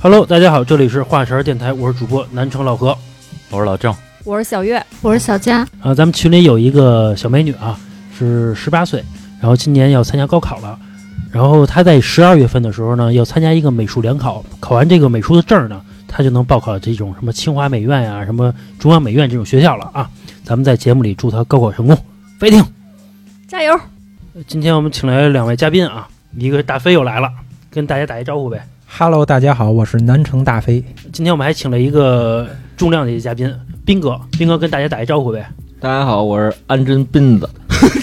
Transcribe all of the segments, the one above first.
Hello， 大家好，这里是华晨电台，我是主播南城老何， 我是老郑， 我是小月， 我是小佳。 咱们群里有一个小美女啊，是18岁，然后今年要参加高考了，然后她在12月份的时候呢，要参加一个美术联考，考完这个美术的证呢，她就能报考这种什么清华美院呀、什么中央美院这种学校了啊。咱们在节目里祝她高考成功，飞挺， 加油！ 今天我们请来2位嘉宾啊，一个大飞又来了，跟大家打一招呼呗。 Hello， 大家好，我是南城大飞。 今天我们还请了一个重量级的嘉宾，斌哥跟大家打一招呼呗。 大家好，我是安贞斌子。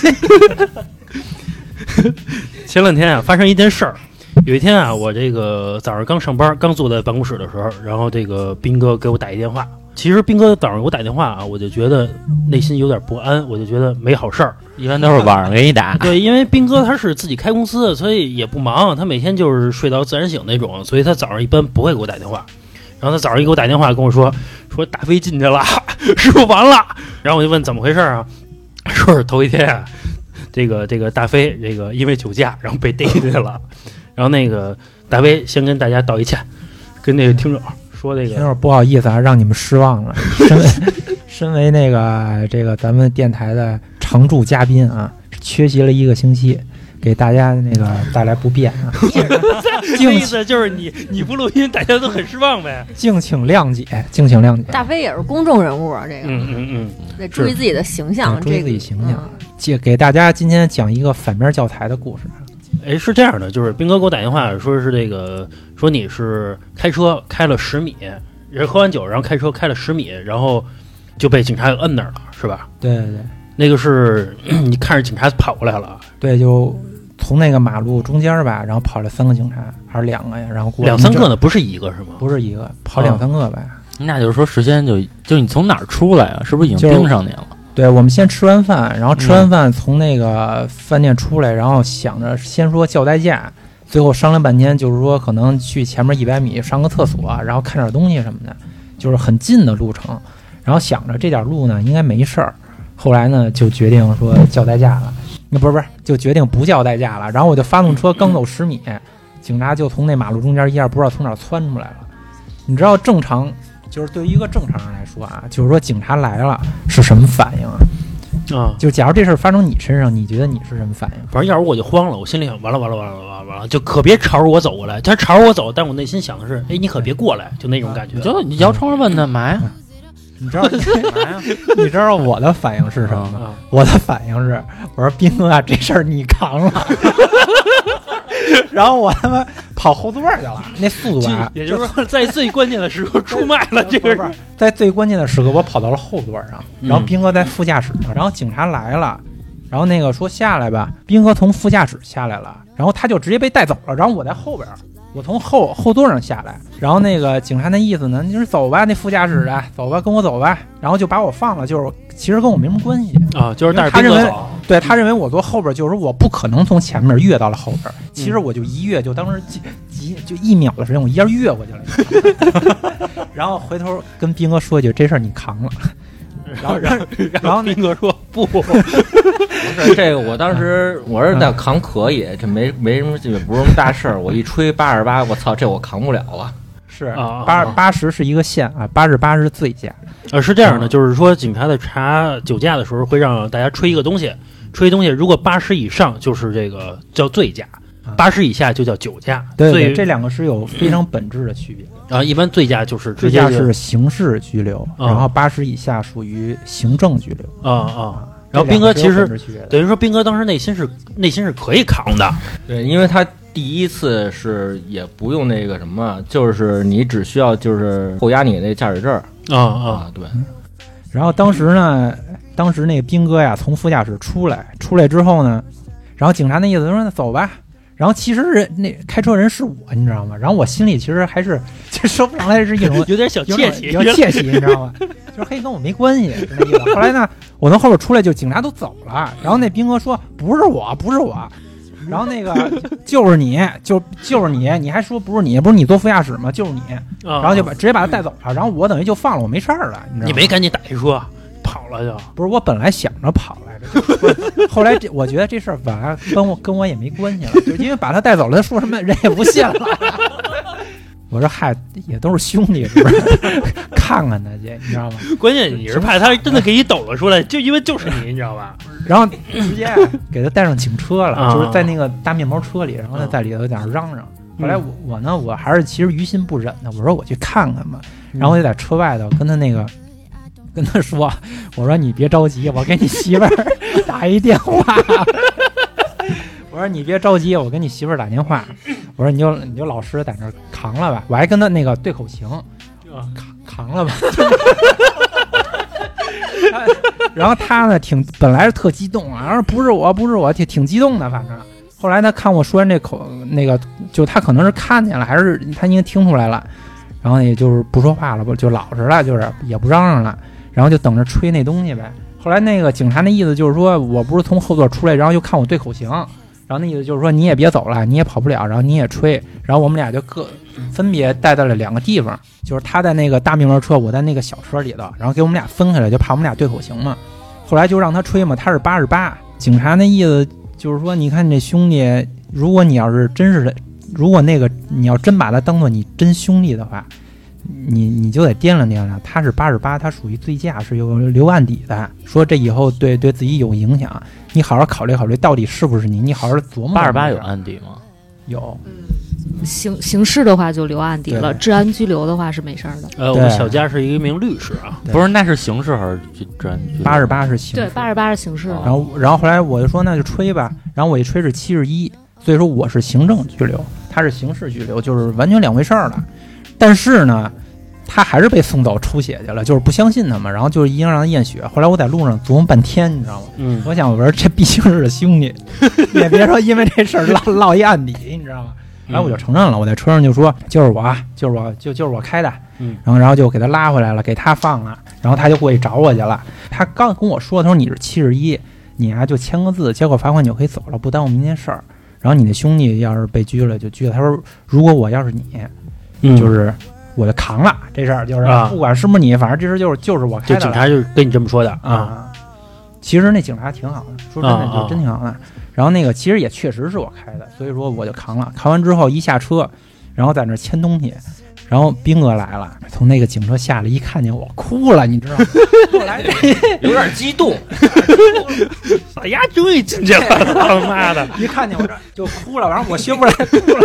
前2天啊，发生一件事儿。有一天啊，我这个早上刚上班，刚坐在办公室的时候，然后这个斌哥给我打一电话。其实斌哥早上给我打电话啊，我就觉得内心有点不安，我就觉得没好事儿。 一般都是晚上给你打。 对，因为斌哥他是自己开公司，所以也不忙，他每天就是睡到自然醒那种，所以他早上一般不会给我打电话。然后他早上一给我打电话跟我说大飞进去了，是不是完了？然后我就问怎么回事啊？说是头一天啊，这个大飞这个因为酒驾，然后被逮进去了。然后那个大飞先跟大家道一歉，跟那个听众说这个， 听众不好意思啊，让你们失望了。身为那个这个咱们电台的常驻嘉宾啊，缺席了1个星期，给大家那个带来不便啊。 这意思就是你不录音，大家都很失望呗。 敬请谅解，敬请谅解。 大飞也是公众人物啊，这个，得注意自己的形象， 注意自己形象。给大家今天讲一个反面教材的故事。 哎，是这样的，就是斌哥给我打电话说是这个，说你是开车开了10米，人喝完酒然后开车开了10米，然后就被警察给摁那儿了，是吧？ 对对对， 那个是你看着警察跑过来了， 对，就从那个马路中间吧，然后跑了3个警察，还是2个呀？然后过 2、3个呢，不是一个是吗？ 不是一个，跑2、3个呗。 那就是说，事先就你从哪儿出来啊？是不是已经盯上你了？ 对，我们先吃完饭，然后吃完饭从那个饭店出来，然后想着先说叫代驾，最后商量半天，就是说可能去前面100米上个厕所，然后看点东西什么的，就是很近的路程。然后想着这点路呢应该没事儿，后来呢就决定说叫代驾了。不是，就决定不叫代驾了。然后我就发动车，刚走10米，警察就从那马路中间一下不知道从哪儿窜出来了。你知道正常。就是对于一个正常人来说啊，就是说警察来了是什么反应啊？就假如这事儿发生你身上，你觉得你是什么反应？ 反正要是我就慌了，我心里想完了，就可别朝着我走过来。他朝着我走，但我内心想的是，哎，你可别过来，就那种感觉。 你摇窗问他嘛呀？ 你知道我的反应是什么吗？我的反应是，我说斌哥啊，这事儿你扛了。然后我他妈跑后座去了，那速度啊， 也就是说，在最关键的时候出卖了这个人。 在最关键的时刻，我跑到了后座上，然后斌哥在副驾驶上，然后警察来了，然后那个说下来吧，斌哥从副驾驶下来了，然后他就直接被带走了，然后我在后边，我从后座上下来，然后那个警察那意思呢，你说走吧，那副驾驶的走吧，跟我走吧，然后就把我放了，就是其实跟我没什么关系啊，就是带着他认为。对，他认为我坐后边，就是我不可能从前面越到了后边。其实我就一跃，就当时就1秒的时间，我一下越过去了。然后回头跟斌哥说一句：“这事儿你扛了。”然后斌哥说：“不， 不是这个，我当时我说那扛可以，这没什么，也不是什么大事儿。我一吹88，我操，这我扛不了了。 是80是一个线啊，88是最佳。 是这样的，就是说警察在查酒驾的时候会让大家吹一个东西。吹东西，如果80以上就是这个叫醉驾，80以下就叫酒驾。 对，这2个是有非常本质的区别啊。一般醉驾就是醉驾是刑事拘留，然后80以下属于行政拘留然后斌哥其实等于说斌哥当时内心是可以扛的， 对，因为他第一次是也不用那个什么，就是你只需要就是扣押你那驾驶证对。 然后当时那个斌哥呀从副驾驶出来之后呢，然后警察那意思说那走吧，然后其实那开车人是我，你知道吗？然后我心里其实还是就说不上来是一种有点小窃喜， 你知道吗？就是嘿跟我没关系是那意思。后来呢，我从后边出来，就警察都走了，然后那斌哥说不是我，然后那个就是你，就是你，你还说不是你坐副驾驶吗？就是你，然后就直接把他带走了，然后我等于就放了，我没事儿了，你知道吗？ 你没赶紧打一车跑了就？ 不是，我本来想着跑来着，后来我觉得这事儿反而跟我也没关系了，就因为把他带走了，他说什么人也不信了。 我说嗨，也都是兄弟，是不是？看看他去，你知道吗？ 关键你是怕他真的给你抖了出来，就因为就是你知道吧？ 然后直接给他带上警车了，就是在那个大面包车里，然后他在里头有点嚷嚷。后来我呢，我还是其实于心不忍的，我说我去看看吧。然后我就在车外头跟他说，我说你别着急，我给你媳妇儿打一电话。我说你别着急，我给你媳妇儿打电话。我说你就老实在那儿扛了吧。我还跟他那个对口型，扛了吧。然后他呢本来是特激动啊，说不是我，挺激动的，反正。后来他看我说完这口那个，就他可能是看见了，还是他应该听出来了，然后也就是不说话了，就老实了，就是也不嚷嚷了，然后就等着吹那东西呗。后来那个警察那意思就是说我不是从后座出来，然后又看我对口型，然后那意思就是说你也别走了，你也跑不了，然后你也吹，然后我们俩就各分别带到了2个地方，就是他在那个大面包车，我在那个小车里头，然后给我们俩分开了，就怕我们俩对口型嘛。后来就让他吹嘛，他是88，警察那意思就是说，你看这兄弟，如果你要是真是，如果那个你要真把他当做你真兄弟的话，你就得掂量掂量，他是88，他属于醉驾，是有留案底的，说这以后对自己有影响，你好好考虑考虑，到底是不是你好好琢磨。 88有案底吗？ 有。 刑事的话就留案底了，治安拘留的话是没事儿的。 我们小佳是一名律师啊， 不是，那是刑事还是治安拘留 ？88是刑事， 对，88是刑事。 然后后来我就说那就吹吧，然后我一吹是71，所以说我是行政拘留，他是刑事拘留，就是完全2回事儿了。但是呢，他还是被送走出血去了，就是不相信他嘛，然后就是一定让他验血。后来我在路上琢磨半天，你知道吗？我想我说这毕竟是兄弟，也别说因为这事儿落一案底，你知道吗？然后我就承认了，我在车上就说就是我开的，然后就给他拉回来了，给他放了，然后他就过去找我去了。他刚跟我说，他说你是71，你就签个字，结果罚款你就可以走了，不耽误明天事儿。然后你的兄弟要是被拘了就拘了。他说如果我要是你，就是我就扛了这事儿，就是不管是不是你，反正这事就是我开的。 这警察就是跟你这么说的啊。 其实那警察挺好的，说真的就真挺好的。然后那个其实也确实是我开的，所以说我就扛了。扛完之后一下车，然后在那签东西，然后兵哥来了，从那个警车下来，一看见我哭了，你知道吗？后来有点激动， 哎呀，终于进去了，他妈的！ 一看见我这就哭了，然后我学不来哭了。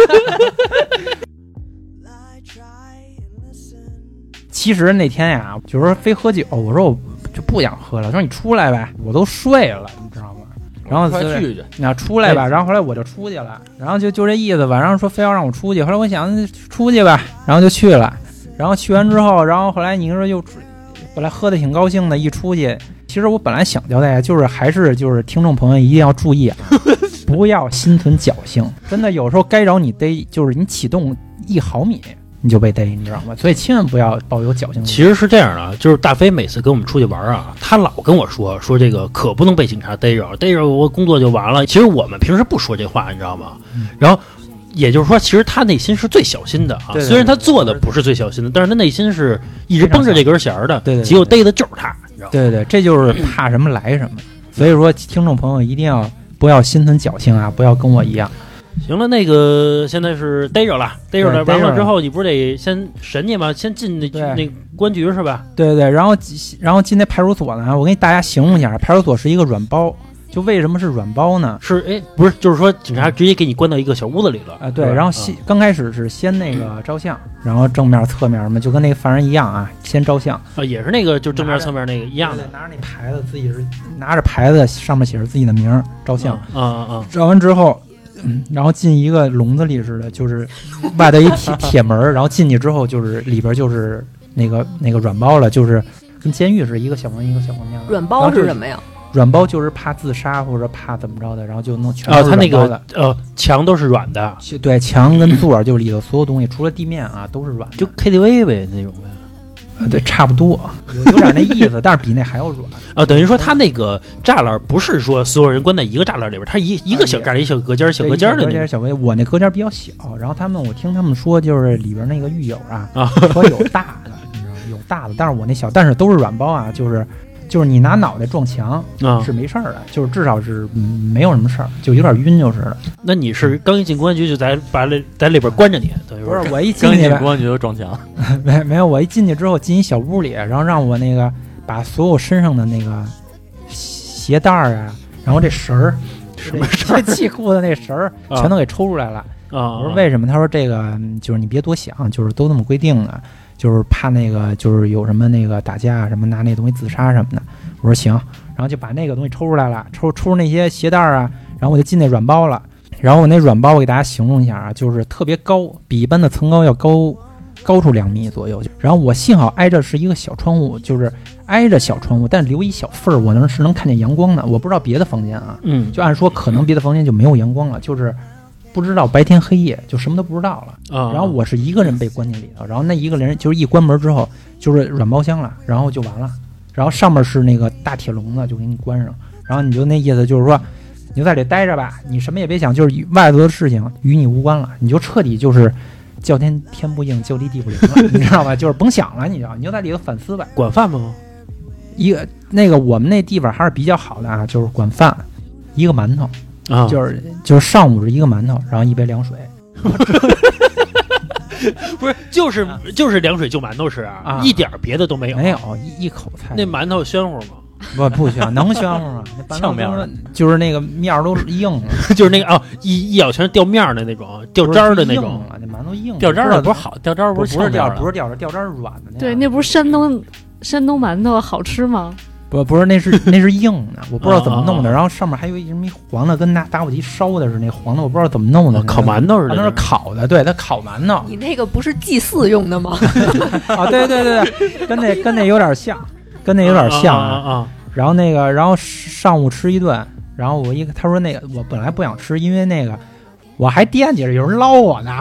其实那天呀，就是说非喝酒，我说我就不想喝了，说你出来呗，我都睡了，你知道吗？然后你要出来吧，然后后来我就出去了，然后就这意思吧，然后说非要让我出去，后来我想出去吧，然后就去了，然后去完之后，然后后来你说又本来喝的挺高兴的，一出去，其实我本来想交代，就是还是就是听众朋友一定要注意啊，不要心存侥幸，真的有时候该找你逮，就是你启动1毫米。你就被逮，你知道吗？所以千万不要抱有侥幸。 其实是这样的，就是大飞每次跟我们出去玩啊，他老跟我说这个可不能被警察逮着我工作就完了。其实我们平时不说这话，你知道吗？然后也就是说，其实他内心是最小心的啊。 对， 虽然他做的不是最小心的，但是他内心是一直绷着这根弦的。 对， 结果逮的就是他，你知道吗？ 对，这就是怕什么来什么。所以说，听众朋友一定要不要心存侥幸啊，不要跟我一样。 行了，那个现在是逮着了，完了之后，你不是得先审你吗？先进那关局是吧？ 对，然后进那派出所呢，我给大家形容一下，派出所是一个软包。就为什么是软包呢？ 是不是就是说警察直接给你关到一个小屋子里了？ 对，然后刚开始是先那个照相，然后正面、侧面什么，就跟那个犯人一样啊，先照相也是那个就正面、侧面那个一样的， 拿着那牌子，自己是拿着牌子上面写着自己的名照相照完之后。然后进一个笼子里似的，就是外头一铁门，然后进去之后就是里边就是那个软包了，就是跟监狱是一个小房一个小房间。 软包是什么呀？ 软包就是怕自杀或者怕怎么着的，然后就弄全都是他那个墙都是软的， 对，墙跟座就里头所有东西除了地面啊都是软的， 就 KTV 呗那种呗。 对，差不多，有点那意思，但是比那还要软等于说他那个栅栏不是说所有人关在一个栅栏里边，他一个小栅栏一小隔间的那个小隔间。我那隔间比较小，然后我听他们说，就是里边那个狱友说有大的，你知道吗？有大的，但是我那小，但是都是软包啊，就是就是你拿脑袋撞墙是没事儿的，就是至少是没有什么事儿，就有点晕就是了。 那你是刚一进公安局就在里边关着你？ 不是，我一进去公安局就撞墙， 没有，我一进去之后进一小屋里，然后让我那个把所有身上的那个鞋带啊，然后这绳儿， 什么绳儿， 系裤子那绳儿全都给抽出来了。我说为什么？他说这个就是你别多想，就是都那么规定的。就是怕那个，就是有什么那个打架什么，拿那东西自杀什么的。我说行，然后就把那个东西抽出来了，抽出那些鞋带啊，然后我就进那软包了。然后我那软包我给大家形容一下啊，就是特别高，比一般的层高要高出2米左右。然后我幸好挨着是一个小窗户，就是挨着小窗户，但留一小缝儿，我能看见阳光的。我不知道别的房间啊，就按说可能别的房间就没有阳光了，就是不知道白天黑夜，就什么都不知道了。然后我是一个人被关进里头，然后那一个人就是一关门之后就是软包厢了，然后就完了。然后上面是那个大铁笼子，就给你关上。然后你就那意思就是说，你就在这待着吧，你什么也别想，就是外头的事情与你无关了，你就彻底就是叫天不应，叫地不灵了，你知道吧？就是甭想了，你就在里头反思吧。 管饭吗？ 一个那个我们那地方还是比较好的啊，就是管饭，一个馒头。就是上午是一个馒头，然后一杯凉水， 不是就是凉水就馒头吃啊，一点别的都没有， 没有一口菜。 那馒头暄乎吗？ 不煸，能暄乎吗？那呛面的， 就是那个面都是硬的， 就是那个一咬全是掉面的那种，掉渣的那种。 那馒头硬， 掉渣的不是好，掉渣不是掉渣是软的那。 对，那不是山东馒头好吃吗？ 不是，那是硬的，我不知道怎么弄的。然后上面还有什么黄的，跟拿打火机烧的是那黄的，我不知道怎么弄的。 烤馒头似的， 那是烤的，对，它烤馒头。 你那个不是祭祀用的吗？ 啊，对，跟那有点像，啊。然后上午吃一顿，然后他说那个我本来不想吃，因为那个我还惦记着有人捞我呢。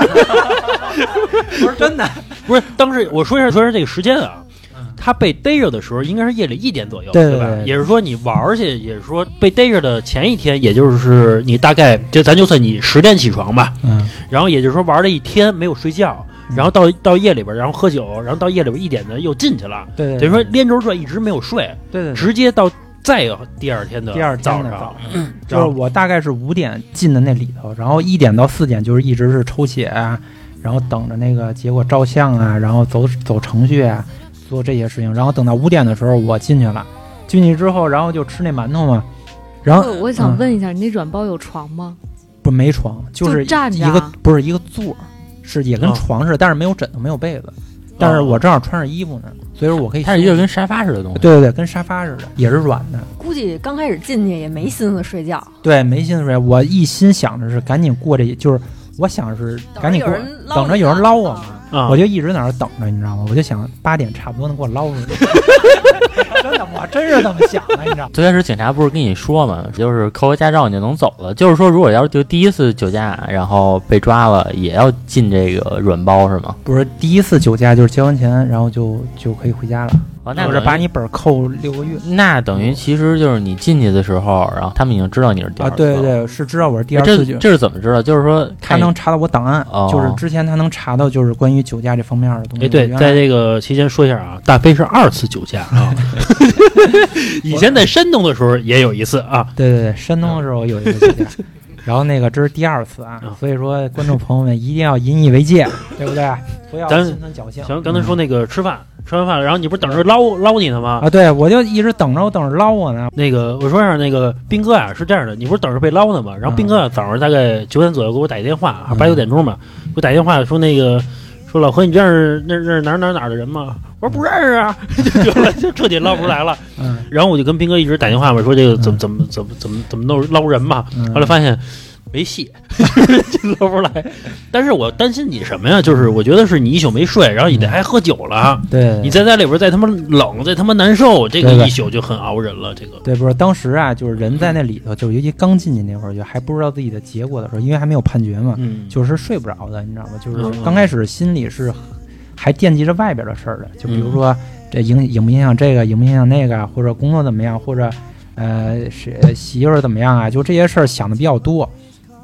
不是真的， 不是。当时我说一下这个时间啊。他被逮着的时候应该是夜里1点左右，对吧？也是说你玩去，也是说被逮着的前一天，也就是你大概咱就算你10点起床吧，然后也就是说玩了一天没有睡觉，然后到夜里边，然后喝酒，然后到夜里边1点的又进去了， 对， 等于说连轴转一直没有睡， 对， 直接到再有第二天早上， 就是我大概是5点进的那里头，然后1点到4点就是一直是抽血啊，然后等着那个结果照相啊，然后走程序啊。做这些事情，然后等到5点的时候我进去了，进去之后然后就吃那馒头嘛，然后我想问一下，你那软包有床吗？ 不，没床，就是站着一个不是一个座，是也跟床似的，但是没有枕头没有被子，但是我正好穿着衣服呢，所以说我可以。 它是一个跟沙发似的东西。 对，跟沙发似的，也是软的。 估计刚开始进去也没心思睡觉。 对，没心思睡，我一心想着是赶紧过这，就是我想是赶紧过，等着有人捞我嘛。我就一直在那儿等着，你知道吗？我就想8点差不多能给我捞出去。真的，我真是这么想的，你知道吗？ 最开始警察不是跟你说嘛，就是扣个驾照你就能走了。就是说，如果要是就第一次酒驾，然后被抓了，也要进这个软包是吗？ 不是，第一次酒驾就是交完钱，然后就可以回家了。 那我是把你本扣6个月。 那等于其实就是你进去的时候，然后他们已经知道你是第二次了。对，是知道我是第二次。 这是怎么知道？就是说他能查到我档案，就是之前他能查到就是关于酒驾这方面的东西。 对，在这个期间说一下啊，大飞是2次酒驾啊。以前在山东的时候也有一次啊。 对，山东的时候有一次酒驾。然后那个这是第2次啊，所以说观众朋友们一定要引以为戒，对不对？不要心存侥幸。 行，刚才说那个吃完饭了，然后你不是等着捞你呢吗？ 啊，对，我就一直等着捞我呢。 那个我说一下，那个斌哥啊是这样的，你不是等着被捞呢吗？然后斌哥啊早上大概9点左右给我打一电话，8、9点钟吧，给我打电话说那个说老何，你认识哪的人吗？我说不认识啊，就彻底捞不出来了。然后我就跟斌哥一直打电话嘛，说这个怎么捞人嘛。后来发现没戏，就捞不出来。但是我担心你什么呀？就是我觉得是你一宿没睡，然后你还喝酒了。 对， 你在里边再他妈冷，再他妈难受，这个一宿就很熬人了。这个对，不是当时啊，就是人在那里头，就是尤其刚进去那会儿，就还不知道自己的结果的时候，因为还没有判决嘛，就是睡不着的，你知道吗？就是刚开始心里是还惦记着外边的事儿的，就比如说这影不影响这个，影不影响那个，或者工作怎么样，或者媳妇儿怎么样啊，就这些事儿想的比较多。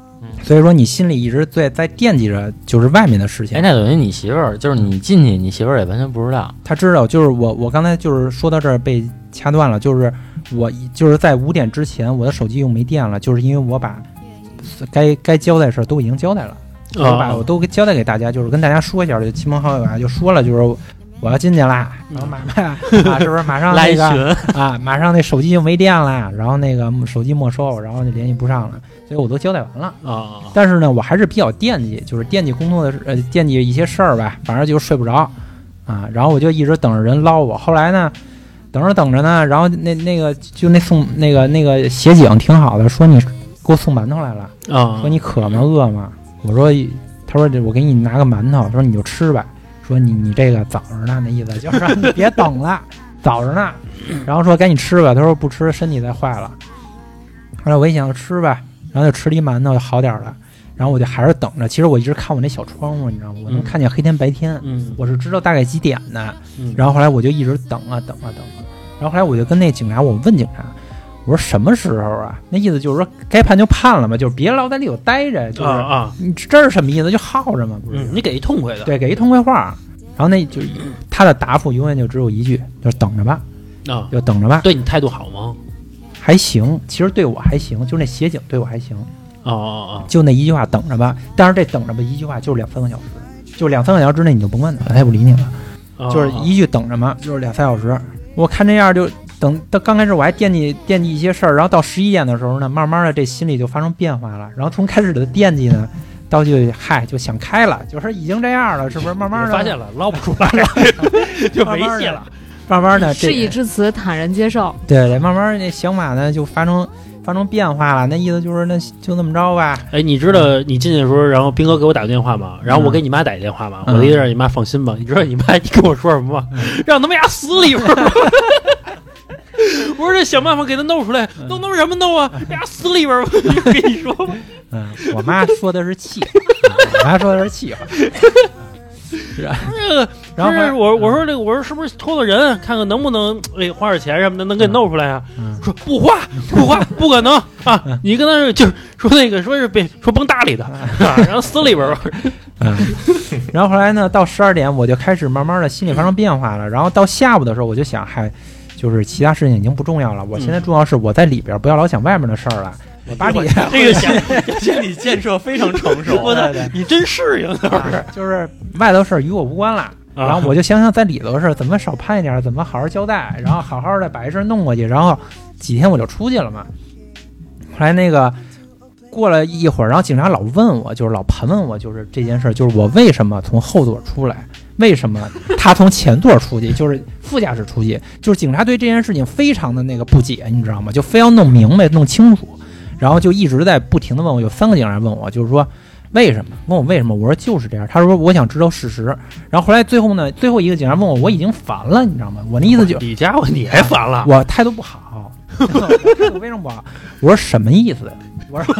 所以说你心里一直在惦记着就是外面的事情。 哎，那等于你媳妇儿就是你进去，你媳妇儿也完全不知道。 她知道，就是我刚才就是说到这儿被掐断了，就是我就是在5点之前我的手机又没电了，就是因为我把该交代的事儿都已经交代了，我都交代给大家，就是跟大家说一下，就亲朋好友啊就说了，就是我要进去啦，然后是不是马上那个马上那手机就没电了，然后那个手机没收，然后就联系不上了，所以我都交代完了啊。但是呢，我还是比较惦记，就是惦记工作的惦记一些事儿吧，反正就睡不着啊。然后我就一直等着人捞我。后来呢，等着呢，然后那个就送那个协警挺好的，说你给我送馒头来了啊，说你渴吗饿吗？我说，他说我给你拿个馒头，说你就吃吧。说你这个早着呢，那意思就是让你别等了，早着呢。然后说赶紧吃吧，他说不吃身体再坏了。后来我一想吃吧，然后就吃了一馒头，就好点了。然后我就还是等着。其实我一直看我那小窗户，你知道吗？我能看见黑天白天，我是知道大概几点的。然后后来我就一直等啊。然后后来我就跟那警察，我问警察，我说什么时候啊？那意思就是说该判就判了嘛，就是别老在里头待着，就是你这是什么意思？就耗着嘛，不是？ 你给一痛快的， 对，给一痛快话。然后那就他的答复永远就只有一句，就是等着吧，就等着吧。 对你态度好吗？ 还行，其实对我还行，就那协警对我还行。就那一句话等着吧。但是这等着吧一句话就是2-3个小时，就2-3个小时之内你就甭问他，他也不理你了。就是一句等着嘛，就是2-3小时。我看这样就等到刚开始我还惦记一些事儿，然后到11点的时候呢，慢慢的这心里就发生变化了。然后从开始的惦记呢，到就想开了，就是已经这样了，是不是？慢慢的发现了捞不出来了，就没戏了。 慢慢的事已至此，坦然接受。 对，慢慢那想法呢就发生变化了。那意思就是那就那么着吧。 哎，你知道你进去的时候，然后斌哥给我打个电话嘛，然后我给你妈打一电话嘛，我的意思让你妈放心吧。你知道你妈你跟我说什么吗？让他们家死里边吧。我说这想办法给他弄出来，弄什么弄啊？呀，死里边吧！我跟你说吧。 我妈说的是气，我妈说的是气话。是啊， 然后我说这个，我说是不是托个人看看能不能花点钱什么的能给你弄出来啊？说不花，不可能啊！你跟他就是说那个说是甭搭理他，然后死里边吧。 然后后来呢，到12点我就开始慢慢的心里发生变化了。然后到下午的时候，我就想，就是其他事情已经不重要了。我现在重要是我在里边，不要老想外面的事儿了。我把你这个心理建设非常成熟， 你真适应就是外头事儿与我无关了。然后我就想在里头的事儿怎么少判一点，怎么好好交代，然后好好的把这事儿弄过去。然后几天我就出去了嘛。后来那个过了一会儿，然后警察老问我，就是老盘问我，就是这件事儿，就是我为什么从后座出来，为什么他从前座出去，就是副驾驶出去，就是警察对这件事情非常的那个不解，你知道吗？就非要弄明白弄清楚。然后就一直在不停的问我，有3个警察问我，就是说为什么？问我为什么？我说就是这样。他说我想知道事实。然后后来最后一个警察问我已经烦了，你知道吗？我那意思就你家伙你还烦了？ 我态度不好，我态度非常不好。我说什么意思？我说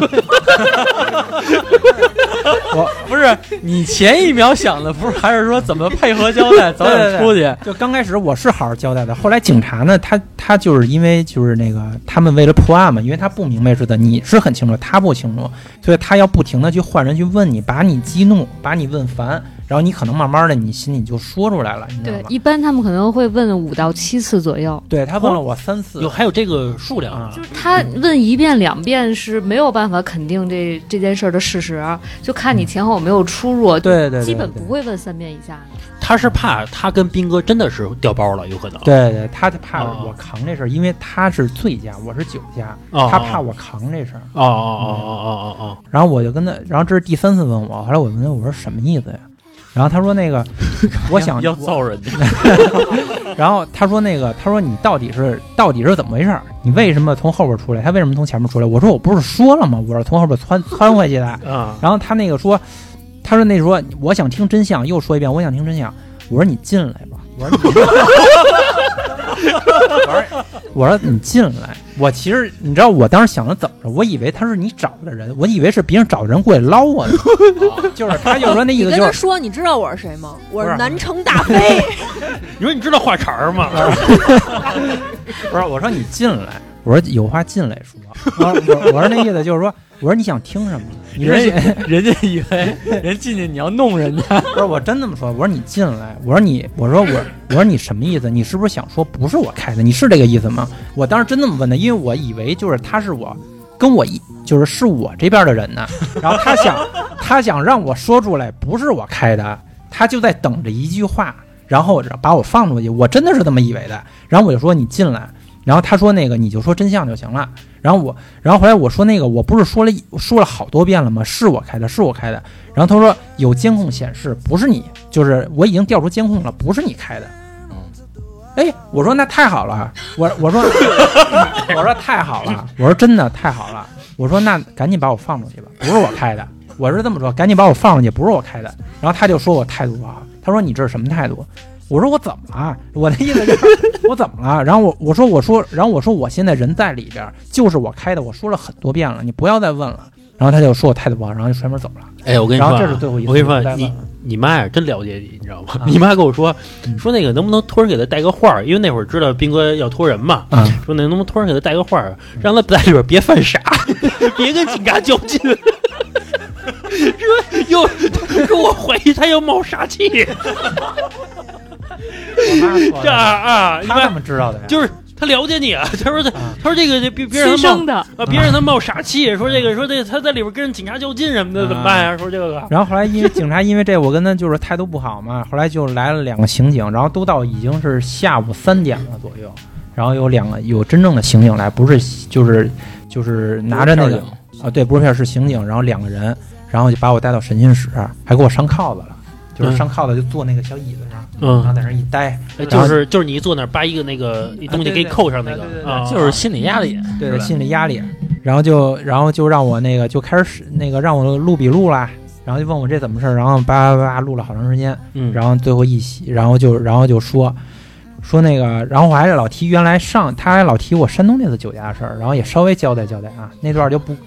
我不是你前一秒想的不是还是说怎么配合交代早点出去？ 对，就刚开始我是好好交代的，后来警察呢，他就是因为就是那个他们为了破案嘛，因为他不明白似的，你是很清楚，他不清楚，所以他要不停的去换人去问你，把你激怒，把你问烦。然后你可能慢慢的你心里就说出来了，你知道吗？ 对，一般他们可能会问5到7次左右。 对，他问了我3次， 还有这个数量啊。 就是他问1遍2遍是没有办法肯定这件事的事实，就看你前后有没有出入。 对， 基本不会问3遍以下的。 他是怕他跟斌哥真的是掉包了，有可能。 对，他怕我扛这事儿，因为他是醉驾，我是酒驾，他怕我扛这事儿。然后我就跟他，然后这是第3次问我，后来我问他，我说什么意思呀？然后他说那个，我想要揍人家。 然后他说你到底是怎么回事？你为什么从后边出来？他为什么从前面出来？我说我不是说了吗？我是从后边窜回去的。然后他那个说，他说我想听真相，又说一遍我想听真相。我说你进来吧。我说你进来。我其实你知道我当时想的怎么着？我以为他是你找的人，我以为是别人找的人过来捞我的。就是他就说那意思就是， 你跟他说你知道我是谁吗？我是南城大飞。 你说你知道话茬吗？ 不是，我说你进来，我说有话进来说。我说那意思就是说， 我说你想听什么？你说人家以为人进去你要弄人家， 不是我真这么说。我说你进来，我说你什么意思？你是不是想说不是我开的？你是这个意思吗？我当时真这么问的，因为我以为就是他是我跟我是我这边的人呢，然后他想让我说出来不是我开的，他就在等着一句话，然后把我放出去。我真的是这么以为的。然后我就说你进来，然后他说那个你就说真相就行了。然后后来我说那个我不是说了好多遍了吗？是我开的，是我开的。然后他说有监控显示不是你，就是我已经调出监控了，不是你开的。哎，我说那太好了，我说太好了，我说真的太好了，我说那赶紧把我放出去吧，不是我开的，我是这么说，赶紧把我放出去，不是我开的。然后他就说我态度不好，他说你这是什么态度？我说我怎么了？我的意思就是我怎么了？然后我说我现在人在里边，就是我开的，我说了很多遍了，你不要再问了。然后他就说我态度不好，然后就摔门走了。 哎，我跟你说， 然后这是最后一次。 我跟你说，你妈呀，真了解你，你知道吗？你妈跟我说那个能不能托人给他带个话，因为那会儿知道斌哥要托人嘛，说那能不能托人给他带个话，让他在里边别犯傻，别跟警察较劲。说我怀疑他要冒杀气。 这啊， 他怎么知道的呀？ 就是他了解你啊。他说这个别让他冒傻气，说这个他在里边跟警察较劲什么的怎么办呀？说这个。 然后后来因为警察因为这我跟他就是态度不好嘛，后来就来了2个刑警，然后都到已经是下午3点了左右，然后有真正的刑警来，不是就是拿着那个对，不是片是刑警，然后2个人，然后就把我带到审讯室，还给我上铐子了。就是上铐子就坐那个小椅子上，然后在那一待， 就是你一坐那儿，把一个那个东西给扣上那个， 就是心理压力， 对，心理压力。然后就让我那个就开始那个让我录笔录啦，然后就问我这怎么事儿，然后叭叭叭录了好长时间，然后最后一洗，然后就说那个，然后我还老提原来他还老提我山东那次酒驾的事儿，然后也稍微交代啊，那段就不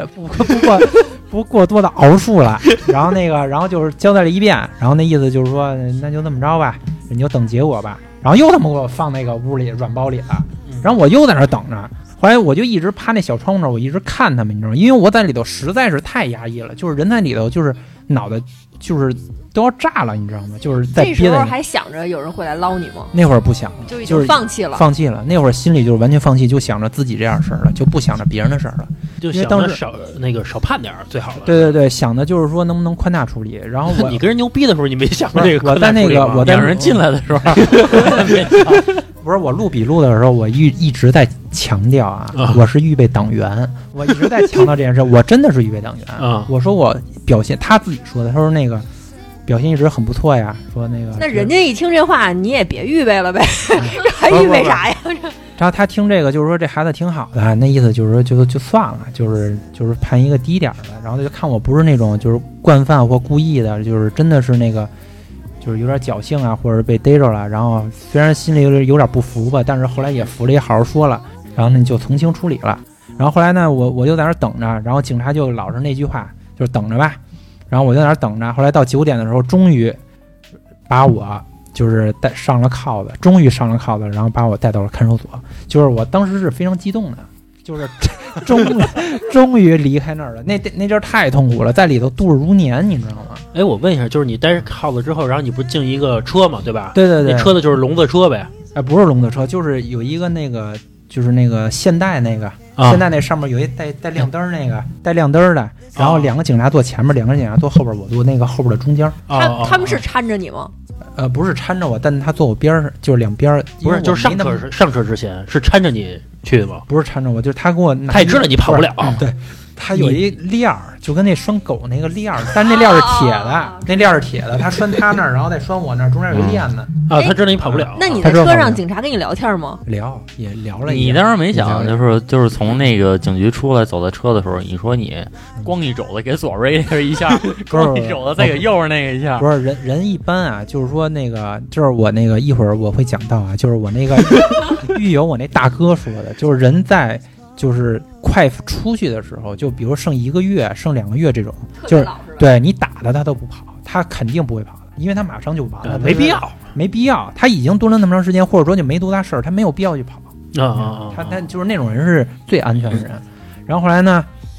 过多的熬述了，然后就是交代了一遍，然后那意思就是说那就这么着吧，你就等结果吧，然后又他妈给我放那个屋里软包里了，然后我又在那等着，后来我就一直趴那小窗户那儿，我一直看他们，你知道吗？因为我在里头实在是太压抑了，就是人在里头就是脑袋就是都要炸了，你知道吗？就是在憋在。 这时候还想着有人会来捞你吗？ 那会儿不想了， 就已经放弃了。 放弃了，那会儿心里就是完全放弃，就想着自己这样的事儿了，就不想着别人的事儿了。 就想着少判点最好了。 对，想的就是说能不能宽大处理。然后你跟人牛逼的时候，你没想过这个？ 我在那个我在人进来的时候， 不是我录笔录的时候，我一直在强调我是预备党员，我一直在强调这件事，我真的是预备党员。我说我表现，他自己说的，他说那个。表现一直很不错呀，说那个。 那人家一听这话，你也别预备了呗，还预备啥呀？ 然后他听这个，就是说这孩子挺好的，那意思就是说就算了，就是判一个低点的，然后他就看我不是那种就是惯犯或故意的，就是真的是那个就是有点侥幸啊，或者被逮着了，然后虽然心里有点不服吧，但是后来也服了，也好好说了，然后呢就从轻处理了。然后后来呢，我就在那等着，然后警察就老是那句话，就是等着吧。然后我就在那儿等着，后来到9点的时候，终于把我就是上了铐子，然后把我带到了看守所。就是我当时是非常激动的，就是终于离开那儿了。那阵儿太痛苦了，在里头度日如年，你知道吗？ 哎，我问一下，就是你带着铐子之后，然后你不进一个车嘛，对吧？ 对， 那车子就是笼子车呗？ 哎，不是笼子车，就是有一个那个，就是那个现代那个。现在那上面有一带亮灯那个带亮灯的，然后2个警察坐前面，2个警察坐后边，我坐那个后边的中间。 他们是搀着你吗？ 不是搀着我，但他坐我边上，就是2边。 不是，就是上车之前是搀着你去的吗？ 不是搀着我，就是他给我拿。 他也知道你跑不了。 对，他有一链儿，就跟那拴狗那个链儿，但那链儿是铁的，那链儿是铁的，他拴他那儿，然后再拴我那儿，中间有一链子。 他知道你跑不了。 那你在车上，警察跟你聊天吗？ 也聊了。 你当时没想，就是从那个警局出来，走在车的时候，你说你光一肘子给左边一下，光一肘子再给右边那个一下。 不是人一般啊，就是说那个，就是我那个一会儿我会讲到啊，就是我那个狱友我那大哥说的，就是人在就是快出去的时候，就比如剩1个月、剩2个月这种，就是对你打他都不跑，他肯定不会跑的，因为他马上就完了， 没必要， 他已经蹲了那么长时间，或者说就没多大事儿，他没有必要去跑。他就是那种人是最安全的人。然后后来呢，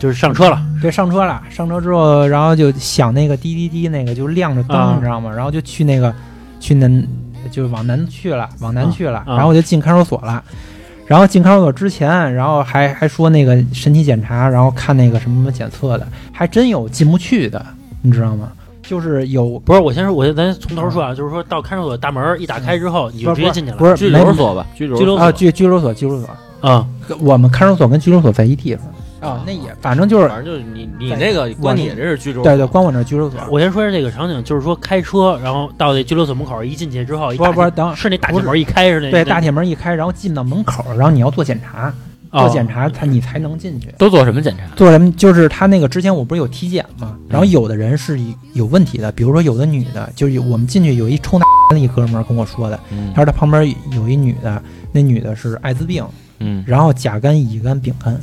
就是上车了， 对，上车了，上车之后，然后就响那个滴滴滴那个就亮着灯，你知道吗？然后就去南，就往南去了，然后我就进看守所了。然后进看守所之前，然后还说那个身体检查，然后看那个什么检测的，还真有进不去的，你知道吗？就是有， 不是我先说，咱从头说啊，就是说到看守所大门一打开之后，你就直接进去了， 不是拘留所吧？拘留所啊，我们看守所跟拘留所在一地方啊，那也反正就是你那个关你这是拘留所， 对，关我这拘留所。 我先说这个场景，就是说开车，然后到那拘留所门口一进去之后， 不是等是那大铁门一开是那对大铁门一开，然后进到门口，然后你要做检查。做检查，你才能进去。 都做什么检查？ 做什么？就是他那个之前我不是有体检嘛，然后有的人是有问题的，比如说有的女的，就是我们进去有一抽的一哥们儿跟我说的，他说他旁边有一女的，那女的是艾滋病，然后甲肝、乙肝、丙肝，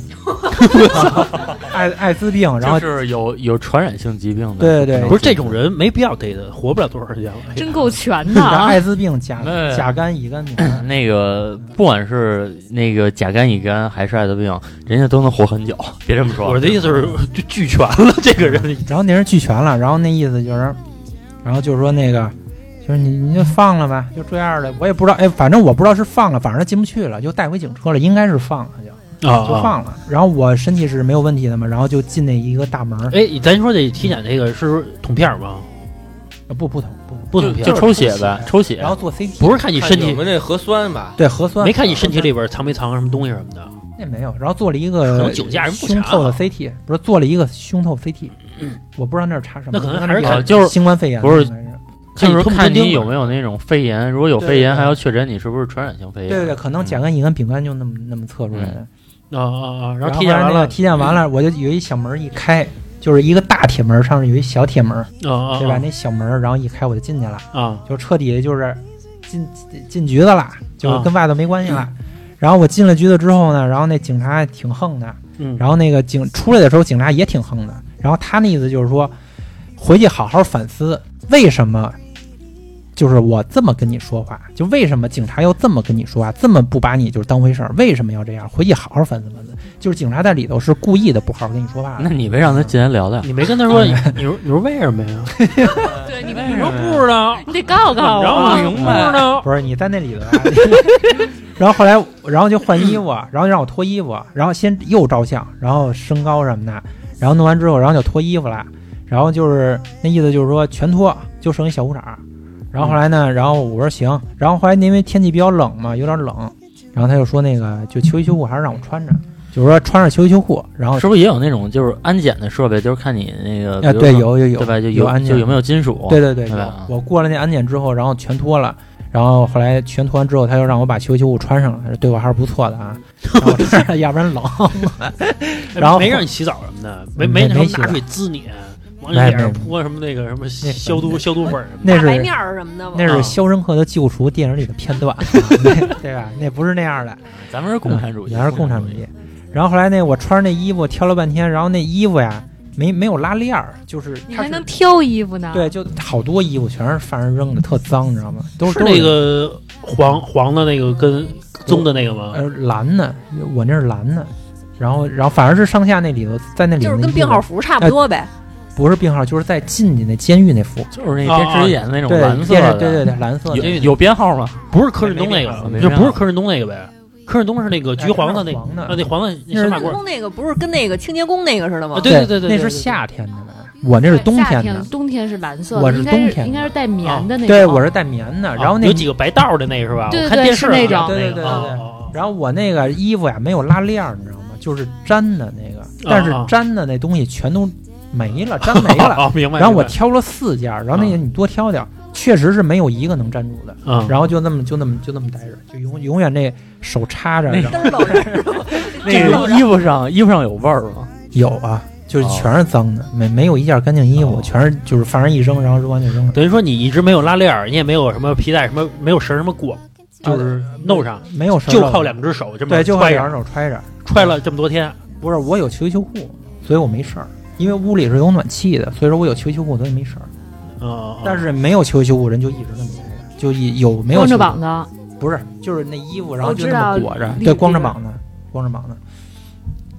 艾滋病，然后就是有传染性疾病的。 对对， 不是这种人没必要逮的，活不了多长时间了。 真够全的啊！ 艾滋病、甲肝、乙肝、丙肝， 那个不管是那个甲肝、乙肝还是艾滋病，人家都能活很久。别这么说， 我的意思是就俱全了，这个人。 然后那人俱全了，然后那意思就是，然后就是说那个。就是你就放了吧，就这样的，我也不知道，哎，反正我不知道是放了，反正他进不去了，就带回警车了，应该是放了就放了。然后我身体是没有问题的嘛，然后就进那一个大门。 哎，咱说这体检这个是捅片吗？ 不捅片， 就抽血呗，抽血， 然后做 CT， 不是看你身体， 我们那核酸吧？ 对，核酸， 没看你身体里边藏没藏什么东西什么的。 那没有，然后做了一个酒驾人不胸透的 CT， 不是做了一个胸透 CT，我不知道那是查什么， 那可能还是看就是新冠肺炎， 不是。就是看你有没有那种肺炎，如果有肺炎，还要确诊你是不是传染性肺炎。 对，可能甲肝、乙肝、丙肝就那么测出来的。 然后体检完了，我就有一小门一开，就是一个大铁门，上面有一小铁门，对吧？那小门，然后一开我就进去了，就彻底就是进局子了，就是跟外头没关系了。然后我进了局子之后呢，然后那警察挺横的，然后那个出来的时候，警察也挺横的。然后他那意思就是说，回去好好反思，为什么？就是我这么跟你说话，就为什么警察要这么跟你说话，这么不把你就是当回事儿？为什么要这样？回去好好反思反思。就是警察在里头是故意的，不好好跟你说话。 那你没让他进来聊聊？ 你没跟他说？你说为什么呀？ 对，你说不知道， 你得告诉我。 然后不明白呢？ 不是你在那里头。然后后来，然后就换衣服，然后让我脱衣服，然后先又照相，然后身高什么的，然后弄完之后，然后就脱衣服了。然后就是那意思就是说全脱，就剩一小裤衩。然后后来呢，然后我说行，然后后来因为天气比较冷嘛，有点冷，然后他就说那个就秋衣秋裤还是让我穿着，就是说穿着秋衣秋裤，然后是不是也有那种就是安检的设备，就是看你那个对有对吧？ 有安检， 就有没有金属？ 对，我过了那安检之后，然后全脱了，然后后来全脱完之后，他就让我把秋衣秋裤穿上了，对我还是不错的啊，然后穿上要不然冷，然后没让你洗澡什么的，没拿水滋你。往脸上泼什么那个什么消毒粉什么的， 那是白面什么的吗？ 那是《肖申克的救赎》电影里的片段，对吧？那不是那样的， 咱们是共产主义， 咱是共产主义。然后后来那我穿那衣服挑了半天，然后那衣服呀没有拉链儿，就是你还能挑衣服呢？ 对，就好多衣服全是犯人扔的，特脏，你知道吗？都是那个黄的那个跟棕的那个吗？ 蓝的，我那是蓝的。然后反正是上下那里头，在那里就是跟病号服差不多呗。 不是病号，就是在进去那监狱那服， 就是那电视演的那种蓝色的， 对，蓝色的。 有编号吗？ 不是柯震东那个，就不是柯震东那个呗。柯震东是那个橘黄的那那黄的小马褂。 那个不是跟那个清洁工那个似的吗？ 对， 那是夏天的吧？我那是冬天的。 冬天是蓝色的， 我是冬天， 应该是带棉的那种。 对，我是带棉的。然后那有几个白道的那是吧？ 对， 我看电视那种。 对。然后我那个衣服呀没有拉链，你知道吗？就是粘的那个，但是粘的那东西全都。没了，粘没了。 明白。 然后我挑了4件，然后那个你多挑点，确实是没有一个能粘住的。然后就那么待着，就永远那手插着。 那个衣服上有味儿吗？ 有啊，就是全是脏的，没有一件干净衣服，全是就是放人一扔，然后扔完就扔了。 等于说你一直没有拉链，你也没有什么皮带，什么没有绳什么裹，就是弄上， 没有绳， 就靠2只手这么对，就靠2只手揣了这么多天。 不是，我有秋衣秋裤，所以我没事儿。因为屋里是有暖气的，所以说我有秋衣秋裤，所以没事儿。但是没有秋衣秋裤人就一直那么待着，就有没有光着膀子？ 不是，就是那衣服，然后就那么裹着，对，光着膀子。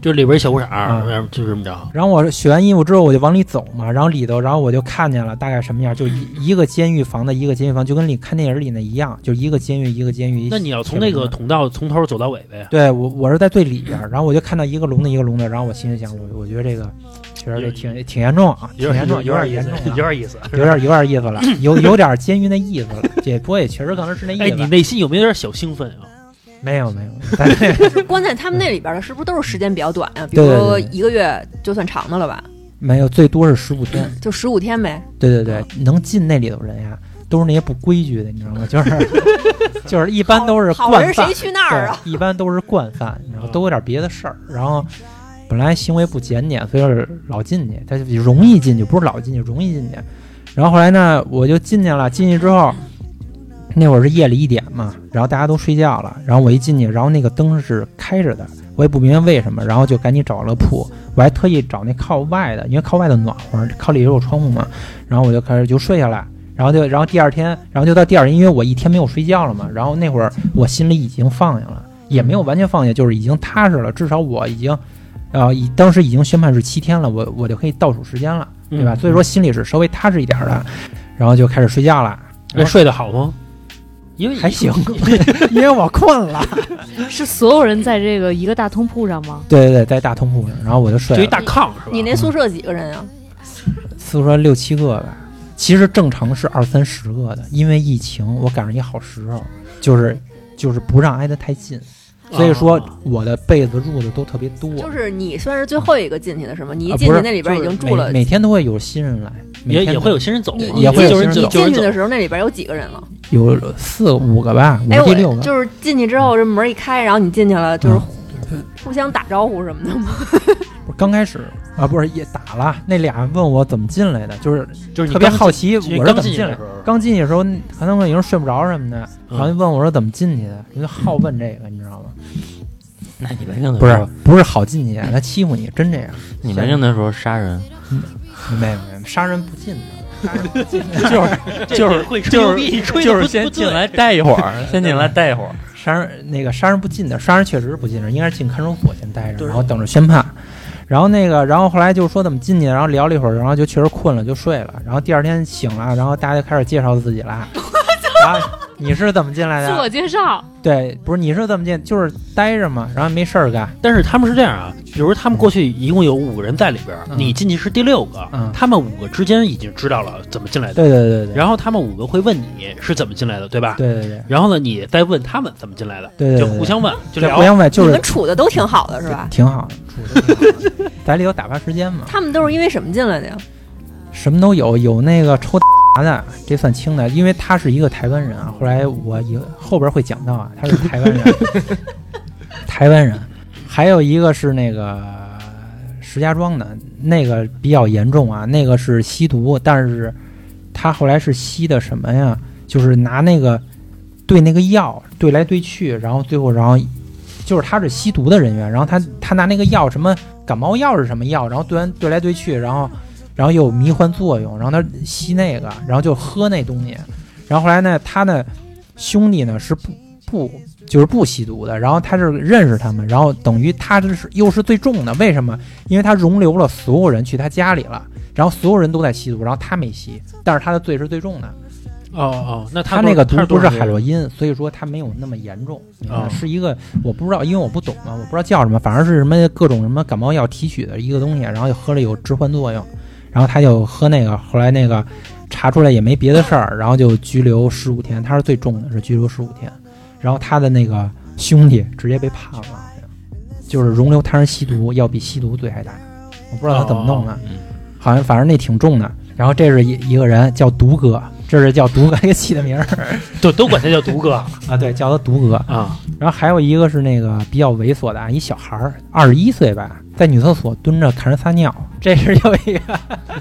就里边小裤衩啊就这么着。 然后我选完衣服之后，我就往里走嘛，然后里头，然后我就看见了大概什么样，就一个监狱房的一个监狱房，就跟你看电影里那一样，就一个监狱一个监狱。 那你要从那个通道从头走到尾呗？ 对，我是在最里边，然后我就看到一个笼子一个笼子，然后我心里想，我觉得这个确实挺严重啊，挺严重，有点严重， 有点意思， 有点意思了，有点监狱那意思了。这不过也确实可能是那意思。 哎，你内心有没有点小兴奋啊？ 没有，但是关键他们那里边的是不是都是时间比较短呀？比如说1个月就算长的了吧？ 没有，最多是15天， 就15天呗。 对，能进那里头人呀，都是那些不规矩的，你知道吗？就是一般都是惯犯， 好人谁去那儿啊？ 一般都是惯犯，你知道吗？都有点别的事儿，然后本来行为不检点，所以老进去，他就容易进去，不是老进去，容易进去。然后后来呢，我就进去了，进去之后。那会儿是夜里1点嘛，然后大家都睡觉了，然后我一进去，然后那个灯是开着的，我也不明白为什么，然后就赶紧找了铺，我还特意找那靠外的，因为靠外的暖和，靠里有窗户嘛，然后我就开始就睡下来，然后第二天，然后就到第二天，因为我一天没有睡觉了嘛，然后那会儿我心里已经放下了，也没有完全放下，就是已经踏实了，至少我已经，当时已经宣判是7天了，我就可以倒数时间了，对吧？所以说心里是稍微踏实一点的，然后就开始睡觉了。 睡得好吗？因为还行，因为我困了。 是所有人在这个一个大通铺上吗？ 对，在大通铺上，然后我就睡了。 就一大炕是吧？ 你那宿舍几个人啊？ 宿舍6、7个吧。其实正常是20、30个的，因为疫情，我赶上一好时候，就是不让挨得太近。所以说我的被子褥子都特别多。 就是你算是最后一个进去的是吗？你一进去那里边已经住了， 每天都会有新人来， 也会有新人走， 也会有新人走。你进去的时候那里边有几个人了？ 有4、5个吧，我第6个。 就是进去之后这门一开，然后你进去了，就是互相打招呼什么的吗？ 不是刚开始啊，不是也打了。那俩问我怎么进来的，就是特别好奇我是怎么进来。刚进去的时候，可能有人睡不着什么的，然后就问我说怎么进去的，因为好问这个，你知道吗？ 那你没跟他说不是好进去，他欺负你，真这样。 你没跟他说杀人？ 没有，杀人不进的。 就是先进来待一会儿，先进来待一会儿。 杀人不进的，杀人确实是不进的，应该是进看守所先待着，然后等着宣判。然后后来就说怎么进去，然后聊了一会儿，然后就确实困了就睡了。然后第二天醒了，然后大家就开始介绍自己了。然后你是怎么进来的？ 自我介绍。 对，不是你是怎么进？就是待着嘛，然后没事儿干。 但是他们是这样啊，比如他们过去一共有5个人在里边，你进去是第6个，他们5个之间已经知道了怎么进来的。 对。 然后他们5个会问你是怎么进来的，对吧？ 对。 然后呢，你再问他们怎么进来的， 对， 就互相问，就聊。 互相问，就是你们处的都挺好的，是吧？ 挺好的，处的挺好的，在里头打发时间嘛。 他们都是因为什么进来的呀？ 什么都有，有那个抽的，这算轻的，因为他是一个台湾人啊。后来我后边会讲到啊，他是台湾人，台湾人。还有一个是那个石家庄的，那个比较严重啊，那个是吸毒，但是他后来是吸的什么呀？就是拿那个对那个药对来对去，然后最后就是他是吸毒的人员，然后他拿那个药什么感冒药是什么药，然后对来对去，然后又有迷幻作用，然后他吸那个，然后就喝那东西，然后后来呢，他的兄弟呢是不吸毒的，然后他是认识他们，然后等于他又是最重的，为什么？因为他容留了所有人去他家里了，然后所有人都在吸毒，然后他没吸，但是他的罪是最重的。 那他那个毒不是海洛因，所以说他没有那么严重，是一个我不知道，因为我不懂嘛，我不知道叫什么，反正是什么各种什么感冒药提取的一个东西，然后就喝了有致幻作用，然后他就喝那个，后来那个查出来也没别的事儿，然后就拘留15天，他是最重的，是拘留15天，然后他的那个兄弟直接被判了，就是容留他人吸毒要比吸毒罪还大，我不知道他怎么弄的，好像反正那挺重的。然后这是一个人叫毒哥，这是叫毒哥给起的名儿， 都管他叫毒哥啊，对，叫他毒哥啊。然后还有一个是那个比较猥琐的一小孩儿，21岁吧，在女厕所蹲着看人撒尿，这是有一个。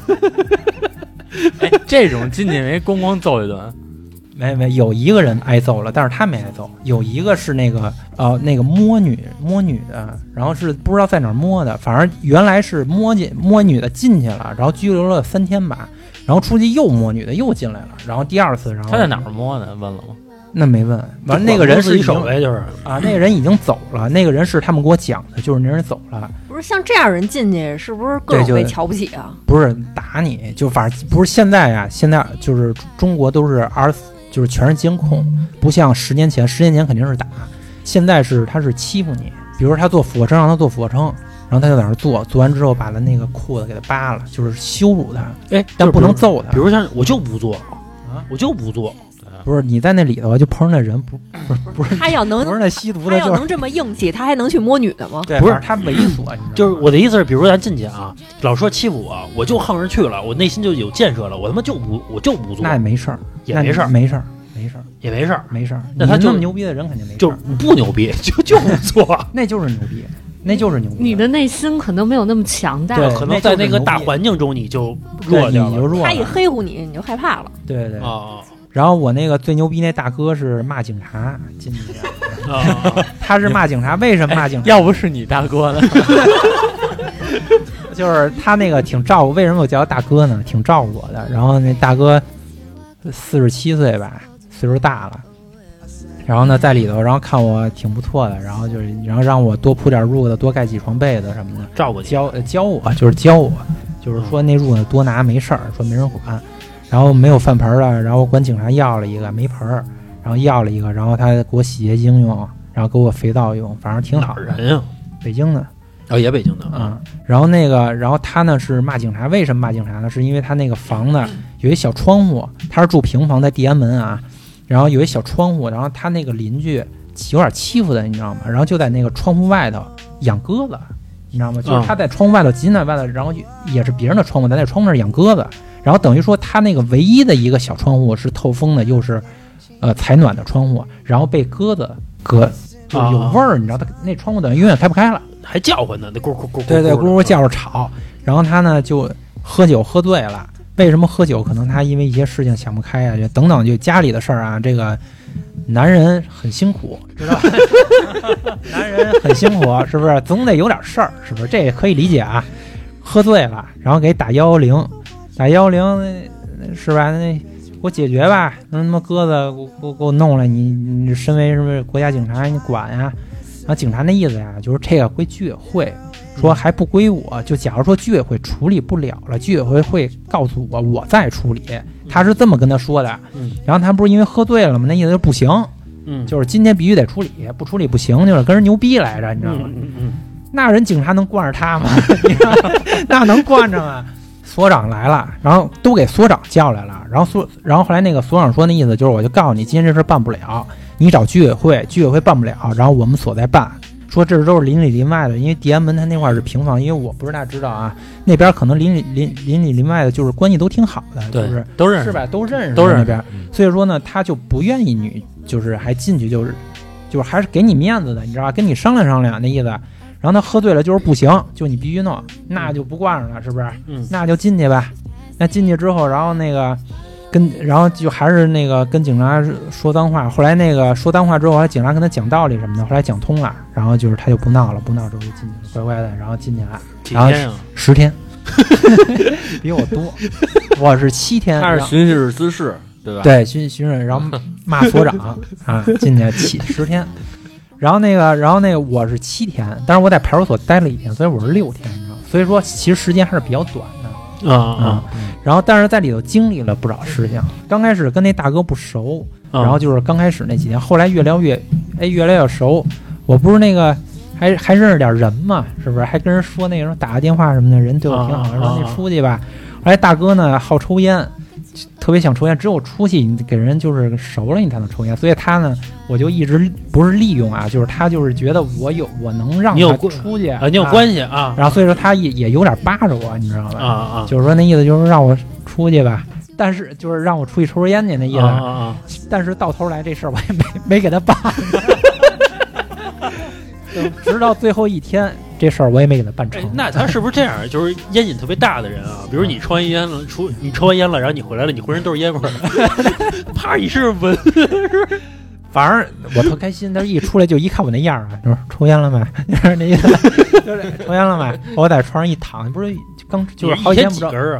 哎，这种进去没咣揍一顿？ 没有一个人挨揍了，但是他没挨揍。有一个是那个摸女的，然后是不知道在哪儿摸的，反正原来是摸女的进去了，然后拘留了3天吧，然后出去又摸女的又进来了，然后第2次，然后他在哪儿摸的？问了吗？ 那没问。完了那个人是手呗，就是啊，那个人已经走了，那个人是他们给我讲的，就是那人走了。 不是不是像这样人进去，是不是各种被瞧不起啊？ 不是打你，就反正不是现在呀，现在就是中国都是就是全是监控，不像10年前肯定是打，现在他是欺负你，比如说他做俯卧撑，让他做俯卧撑，然后他就在那儿做完之后把他那个裤子给他扒了，就是羞辱他，但不能揍他。 比如像我就不做啊，我就不做。 不是你在那里头就碰上那人不是他要能不是那吸毒的， 他要能这么硬气，他还能去摸女的吗？ 对， 不是他猥琐， 就是我的意思是，比如说咱进去啊，老说欺负我就横着去了，我内心就有建设了，我他妈就不做， 那也没事儿， 也没事儿， 没事儿， 也没事儿， 没事儿。 那他这么牛逼的人肯定没事儿， 就不牛逼，就不做， 那就是牛逼。那就是牛逼， 你的内心可能没有那么强大， 可能在那个大环境中你就弱掉了， 他一黑乎你，你就害怕了。 对对啊。 然后我那个最牛逼那大哥是骂警察进去的，他是骂警察，为什么骂警察？ 要不是你大哥呢？ 就是他那个挺照顾，为什么我叫他大哥呢？挺照顾我的。然后那大哥47岁吧，岁数大了。然后呢，在里头，然后看我挺不错的，然后让我多铺点褥子，多盖几床被子什么的， 照顾教我，就是说那褥子多拿没事儿，说没人管。然后没有饭盆了，然后我管警察要了一个没盆儿，然后要了一个，然后他给我洗洁精用，然后给我肥皂用，反正挺好的。 人啊， 北京的， 也北京的啊。然后他呢是骂警察，为什么骂警察呢？是因为他那个房子有一小窗户，他是住平房，在地安门啊。然后有一小窗户，然后他那个邻居有点欺负他，你知道吗？然后就在那个窗户外头养鸽子，你知道吗？就是他在窗户外头挤在外头，然后也是别人的窗户，在那窗户那儿养鸽子。然后等于说他那个唯一的一个小窗户是透风的，又是采暖的窗户，然后被鸽子就有味儿，你知道他那窗户等于永远开不开了， 还叫唤呢，那咕咕咕咕， 对对，咕咕叫着吵。然后他呢就喝酒喝醉了，为什么喝酒？可能他因为一些事情想不开啊，就等等，就家里的事儿啊，这个男人很辛苦，知道吧？男人很辛苦，是不是？总得有点事儿，是不是？这也可以理解啊。喝醉了，然后给打110。打110是吧？那给我解决吧，那他妈鸽子给我弄来，你身为什么国家警察，你管呀？然后警察那意思呀，就是这个归居委会，说还不归我，就假如说居委会处理不了了，居委会告诉我再处理，他是这么跟他说的。然后他不是因为喝醉了吗？那意思就不行，就是今天必须得处理，不处理不行，就是跟人牛逼来着，你知道吗？那人警察能惯着他吗？那能惯着吗？所长来了，然后都给所长叫来了，然后后来那个所长说那意思就是，我就告诉你，今天这事办不了，你找居委会，居委会办不了，然后我们所在办。说这都是邻里邻外的，因为地安门他那块是平房，因为我不是大知道啊，那边可能邻里邻外的，就是关系都挺好的， 对， 就是都认识， 是吧？都认识那边，所以说呢，他就不愿意你就是还进去，就是还是给你面子的，你知道吧？跟你商量商量那意思。然后他喝醉了就是不行，就你必须弄，那就不惯着了，是不是？那就进去吧。那进去之后，然后那个然后就还是那个跟警察说脏话。后来那个说脏话之后，后来警察跟他讲道理什么的，后来讲通了，然后就是他就不闹了，不闹之后就进去了，乖乖的，然后进去了。然后10天，比我多，我是7天。 他是巡视滋事，对吧？ 对，巡视，然后骂所长啊，进去10天。然后那个我是7天，但是我在派出所待了1天，所以我是6天，你知道，所以说其实时间还是比较短的然后但是在里头经历了不少事情。刚开始跟那大哥不熟，然后就是刚开始那几天，后来越来越熟。我不是那个还认识点人嘛，是不是？还跟人说那个什么打个电话什么的，人对我挺好，说你出去吧。后来大哥呢好抽烟。特别想抽烟，只有出去你给人就是熟了你才能抽烟，所以他呢，我就一直不是利用啊，就是他就是觉得我能让他出去你有关系啊， 然后所以说他也有点扒着我，你知道吧？ 就是说那意思就是让我出去吧，但是就是让我出去抽烟去那意思但是到头来这事儿我也没给他办。直到最后一天，这事儿我也没给他办成。 那他是不是这样？就是烟瘾特别大的人啊，比如你抽完烟了，然后你回来了，你浑身都是烟味儿，啪一身闻。 反正我特开心，他一出来就一看我那样啊，就是抽烟了没？就是那意思，就是抽烟了没？我在床上一躺，不是刚就是好几天不知道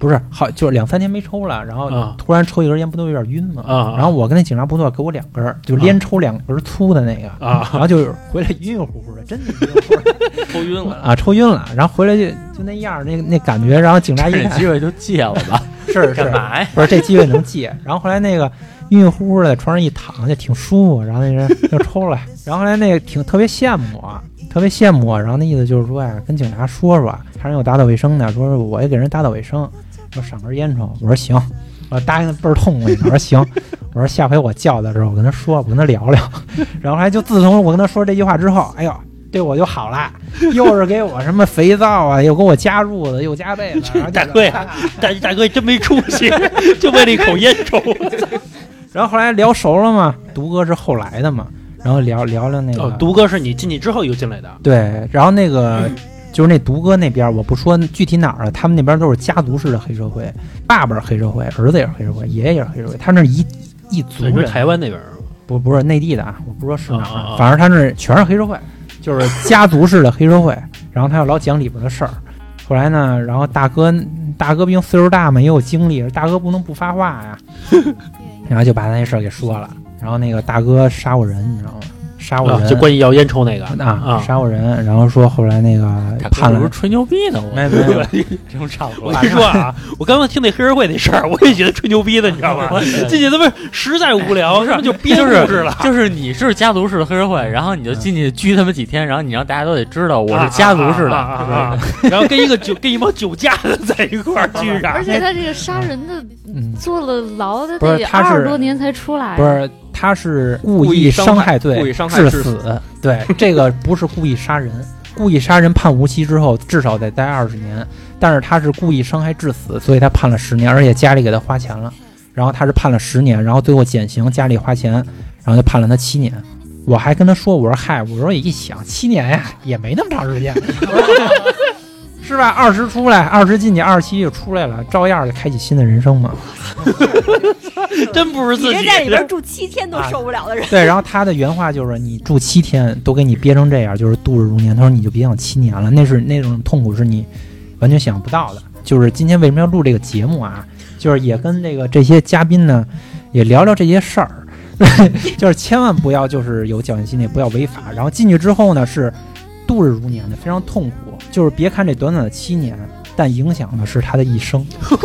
不是好，就是2-3天没抽了，然后突然抽一根烟，不都有点晕吗？然后我跟那警察不错，给我2根，就连抽2根粗的那个然后就回来晕晕乎乎的，真的晕乎乎的抽晕了啊，抽晕了，然后回来就那样，那感觉，然后警察一看， 这机会就戒了吧？ 是干嘛呀？ 不是这机会能戒，然后后来那个晕晕乎乎的在床上一躺就挺舒服，然后那人就抽了，然后后来那个特别羡慕我。特别羡慕我，然后那意思就是说跟警察说，看人有打扫卫生的，说我也给人打扫卫生，说赏根烟抽，我说行，我答应的倍儿痛快，我说行，我说下回我叫的时候我跟他说，我跟他聊聊，然后还就自从我跟他说这句话之后，哎呦，对我就好了，又是给我什么肥皂啊，又给我加褥子，又加被子， 大哥呀，大哥真没出息，就为了一口烟抽。 然后后来聊熟了嘛，独哥是后来的嘛。然后聊那个独哥是你进去之后又进来的， 对。然后那个就是那独哥那边，我不说具体哪儿了，他们那边都是家族式的黑社会，爸爸是黑社会，儿子也是黑社会，爷爷也是黑社会，他那一族人。 台湾那边不是内地的啊，我不说是哪儿，反正他那全是黑社会，就是家族式的黑社会。然后他要老讲里边的事儿。后来呢，然后大哥毕竟岁数大嘛，也有经历，大哥不能不发话呀，然后就把那事儿给说了。然后那个大哥杀过人，你知道吗？杀过人， 就关于要烟抽那个杀过人。然后说后来那个判了， 不是吹牛逼呢， 没这种场合。 我跟你说啊，我刚刚听那黑社会那事儿，我也觉得吹牛逼的，你知道吗？进去他妈实在无聊，他们就编故事了。 就是你是家族式的黑社会，然后你就进去拘他们几天，然后你让大家都得知道我是家族式的， 然后跟一帮酒驾的在一块儿拘上。 而且他这个杀人的坐了牢的得20多年才出来， 不是。他是故意伤害罪致死，对，这个不是故意杀人，故意杀人判无期之后至少得待20年，但是他是故意伤害致死，所以他判了10年，而且家里给他花钱了，然后他是判了10年，然后最后减刑，家里花钱，然后就判了他7年。我还跟他说，我说嗨，我说一想7年呀，也没那么长时间。是吧？20出来，20进去，27就出来了，照样就开启新的人生嘛。 真不是自己。 你这在里边住7天都受不了的人。 对，然后他的原话就是：你住7天都给你憋成这样，就是度日如年。他说你就别想7年了，那种痛苦是你完全想不到的。就是今天为什么要录这个节目啊？就是也跟这些嘉宾呢，也聊聊这些事儿。就是千万不要就是有侥幸心理，不要违法。然后进去之后呢是度日如年的，非常痛苦。就是别看这短短的7年，但影响的是他的一生。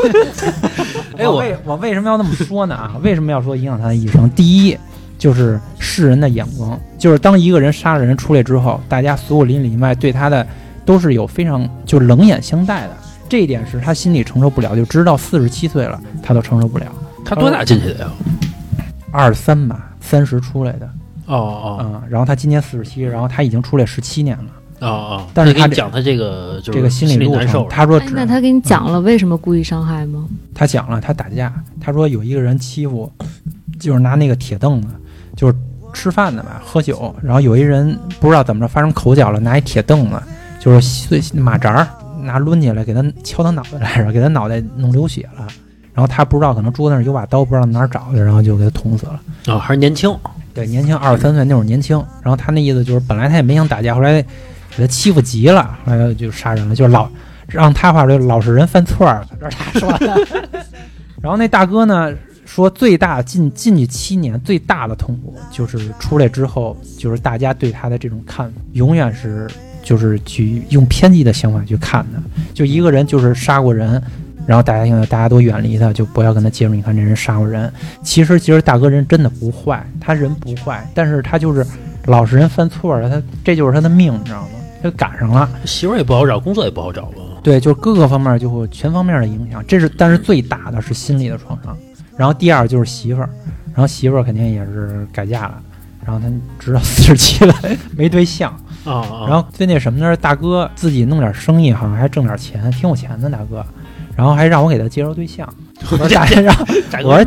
我为什么要那么说呢？啊，为什么要说影响他的一生？第一，就是世人的眼光，就是当一个人杀了人出来之后，大家所有邻里外对他的都是有非常就冷眼相待的。这一点是他心里承受不了，就直到47岁了，他都承受不了。 他多大进去的呀 ？23吧，30出来的。然后他今年47，然后他已经出来17年了。但是他讲他这个就是这个心理路程，他说那他给你讲了为什么故意伤害吗？ 他讲了，他打架，他说有一个人欺负，就是拿那个铁凳子，就是吃饭的吧，喝酒，然后有一人不知道怎么着发生口角了，拿一铁凳子，就是碎马扎拿抡起来给他敲他脑袋来着，给他脑袋弄流血了，然后他不知道可能桌子上有把刀，不知道哪儿找的，然后就给他捅死了。 还是年轻， 对，年轻23岁那会儿年轻，然后他那意思就是本来他也没想打架，后来给他欺负急了，后来就杀人了，就是让他话说老实人犯错儿，这是他说的。然后那大哥呢说，最大进去7年最大的痛苦就是出来之后，就是大家对他的这种看法，永远是就是去用偏激的想法去看的。就一个人就是杀过人，然后大家都远离他，就不要跟他接触。你看这人杀过人，其实大哥人真的不坏，他人不坏，但是他就是老实人犯错了，他这就是他的命，你知道吗？就赶上了， 媳妇儿也不好找，工作也不好找吧？ 对，就各个方面就会全方面的影响。但是最大的是心理的创伤。然后第二就是媳妇儿，然后媳妇儿肯定也是改嫁了，然后他直到47了没对象然后最那什么呢？大哥自己弄点生意，好像还挣点钱，挺有钱的大哥。然后还让我给他介绍对象。我说大哥，我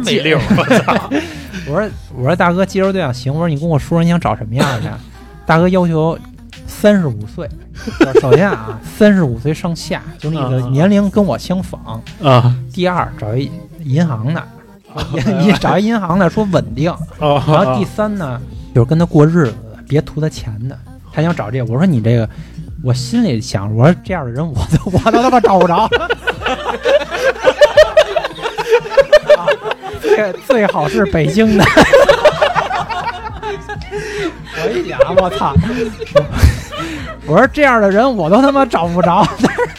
说大哥介绍对象行。我说你跟我说你想找什么样的？大哥要求35岁，首先啊，35岁上下，就那个年龄跟我相仿啊。 第二，找一银行的，找一银行的说稳定。然后第三呢，就是跟他过日子，别图他钱的。他想找这个，我说你这个，我心里想，我说这样的人我都他妈找不着。 最好是北京的。我一想，我操！我说这样的人我都他妈找不着。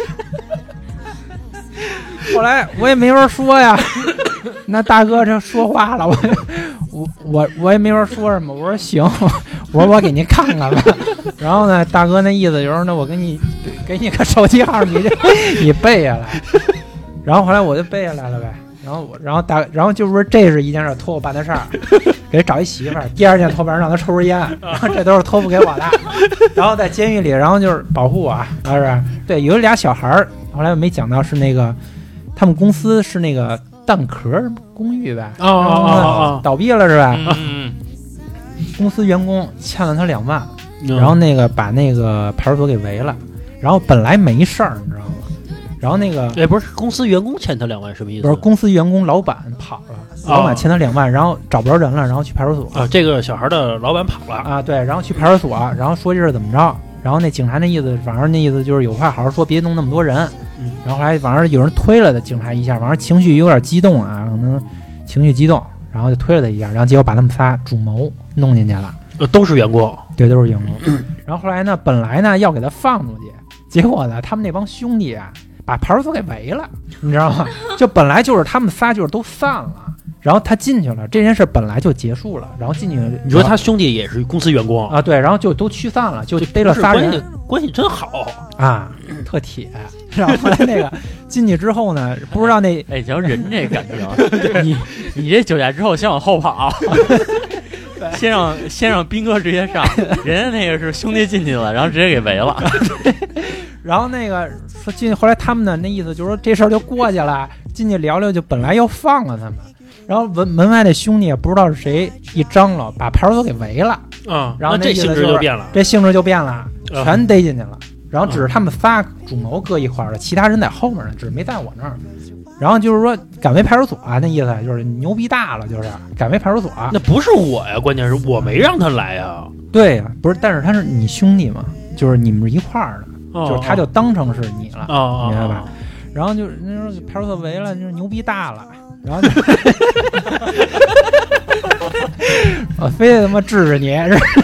后来我也没法说呀，那大哥这说话了，我也没法说什么。我说行，我说我给您看看吧。然后呢，大哥那意思就是那我给你个手机号，你背下来。然后后来我就背下来了呗。然后就是说这是一件事托我办的事儿，给他找一媳妇儿。第二件托办让他抽根烟，然后这都是托付给我的。然后在监狱里，然后就是保护我，是不是？对，有俩小孩儿，后来我没讲到是那个他们公司是那个蛋壳公寓呗，倒闭了是吧？公司员工欠了他2万，然后那个把那个派出所给围了，然后本来没事儿，你知道吗？然后那个不是公司员工欠他2万什么意思？ 不是公司员工老板跑了，老板欠他2万，然后找不着人了，然后去派出所。 这个小孩的老板跑了啊，对，然后去派出所，然后说这是怎么着？然后那警察那意思，反正那意思就是有话好好说，别弄那么多人。然后后来反正有人推了的警察一下，反正情绪有点激动啊，可能情绪激动，然后就推了他一下，然后结果把他们仨主谋弄进去了。 都是员工， 对，都是员工。然后后来呢，本来呢要给他放出去，结果呢，他们那帮兄弟啊，把派出所给围了，你知道吗？就本来就是他们仨就是都散了，然后他进去了，这件事本来就结束了，然后进去， 你说他兄弟也是公司员工啊？对，然后就都驱散了，就逮了仨人， 关系真好啊，特铁。然后后来那个进去之后呢，不知道那你瞧人这感情，你这酒驾之后先往后跑。先让斌哥直接上，人家那个是兄弟进去了，然后直接给围了。 然后那个说进去，后来他们的那意思就是说这事儿就过去了，进去聊聊，就本来要放了他们，然后门外那兄弟也不知道是谁一张罗，把派出所给围了啊。 然后这性质就变了， 这性质就变了，全逮进去了。然后只是他们仨主谋搁一块儿了，其他人在后面呢，只是没在我那儿。然后就是说赶回派出所啊，那意思就是牛逼大了，就是赶回派出所。 那不是我呀，关键是我没让他来呀。 对呀，不是，但是他是你兄弟嘛，就是你们是一块儿的，就是他就当成是你了，明白吧？然后就是那时候派出所围了，就是牛逼大了，然后就我非得他妈治治你，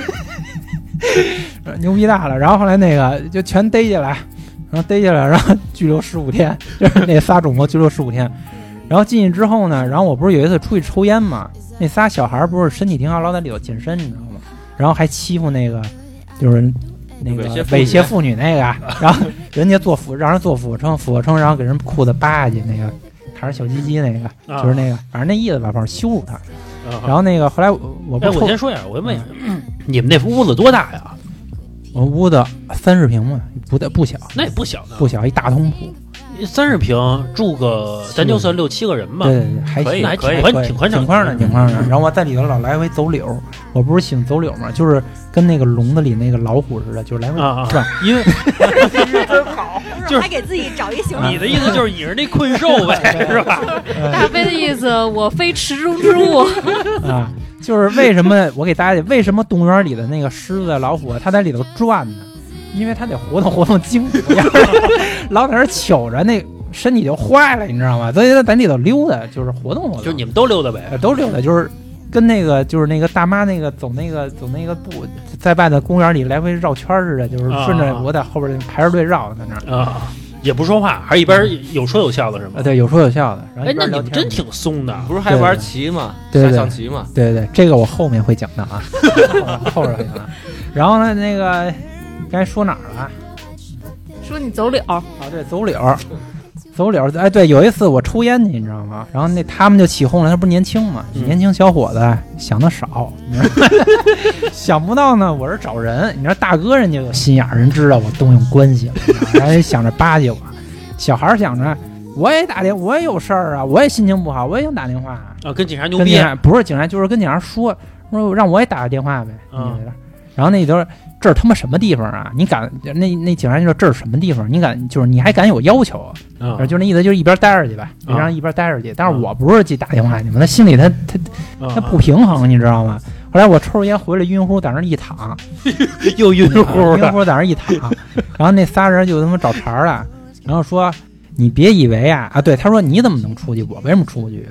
牛逼大了。然后后来那个就全逮起来。然后逮起来，然后拘留15天，就是那仨主谋拘留15天。然后进去之后呢，然后我不是有一次出去抽烟嘛，那仨小孩不是身体挺好，老在里头健身，你知道吗？然后还欺负那个就是那个猥亵妇女那个，然后人家让人做俯卧撑，然后给人裤子扒下去，那个看着小鸡鸡那个，就是那个，反正那意思吧，反正羞辱他。然后那个后来我先说一下，我问一下，你们那屋子多大呀？ 我屋子30平嘛，不小， 那也不小呢， 不小，一大通铺 ，30平住个，咱就算6、7个人吧， 对，还行，还挺宽敞的。然后我在里头老来回走柳，我不是喜欢走柳嘛，就是跟那个笼子里那个老虎似的，就是来回转，因为真好，就是还给自己找一形容。 你的意思就是你是那困兽呗，是吧？ 大飞的意思，我非池中之物啊。就是为什么我给大家为什么动物园里的那个狮子老虎它在里头转呢？因为它得活动筋骨，老在那瞅着那身体就坏了，你知道吗？所以它在里头溜达，就是活动。 就你们都溜达呗， 都溜达，就是跟那个就是那个大妈那个走那个步，在外的公园里来回绕圈似的，就是顺着我在后边排着队绕在那儿啊。也不说话，还一边有说有笑的是吗？ 对，有说有笑的。 哎，那你们真挺松的， 不是还玩棋吗？ 对， 下象棋嘛。 对，这个我后面会讲的啊，后边会讲的。然后呢，那个该说哪儿了？ 说你走柳啊？ 对，走柳。哎，对，有一次我抽烟去，你知道吗？然后他们就起哄了，他不是年轻嘛，年轻小伙子想的少，想不到呢，我是找人，你知道大哥人家有心眼，人知道我动用关系了，然后想着巴结我。小孩想着我也打电，我也有事儿啊，我也心情不好，我也想打电话啊，跟警察牛逼， 不是警察，就是跟警察说让我也打个电话呗。然后那里头这是他妈什么地方啊？你敢？那警察就说这是什么地方？你敢？就是你还敢有要求啊？就那意思，就是一边待着去吧，让人一边待着去。但是我不是去打电话去嘛，他心里他不平衡，你知道吗？后来我抽着烟回来晕乎，在那一躺， 又晕乎在那一躺。然后那仨人就他妈找茬了，然后说你别以为啊，对，他说你怎么能出去？我为什么出去？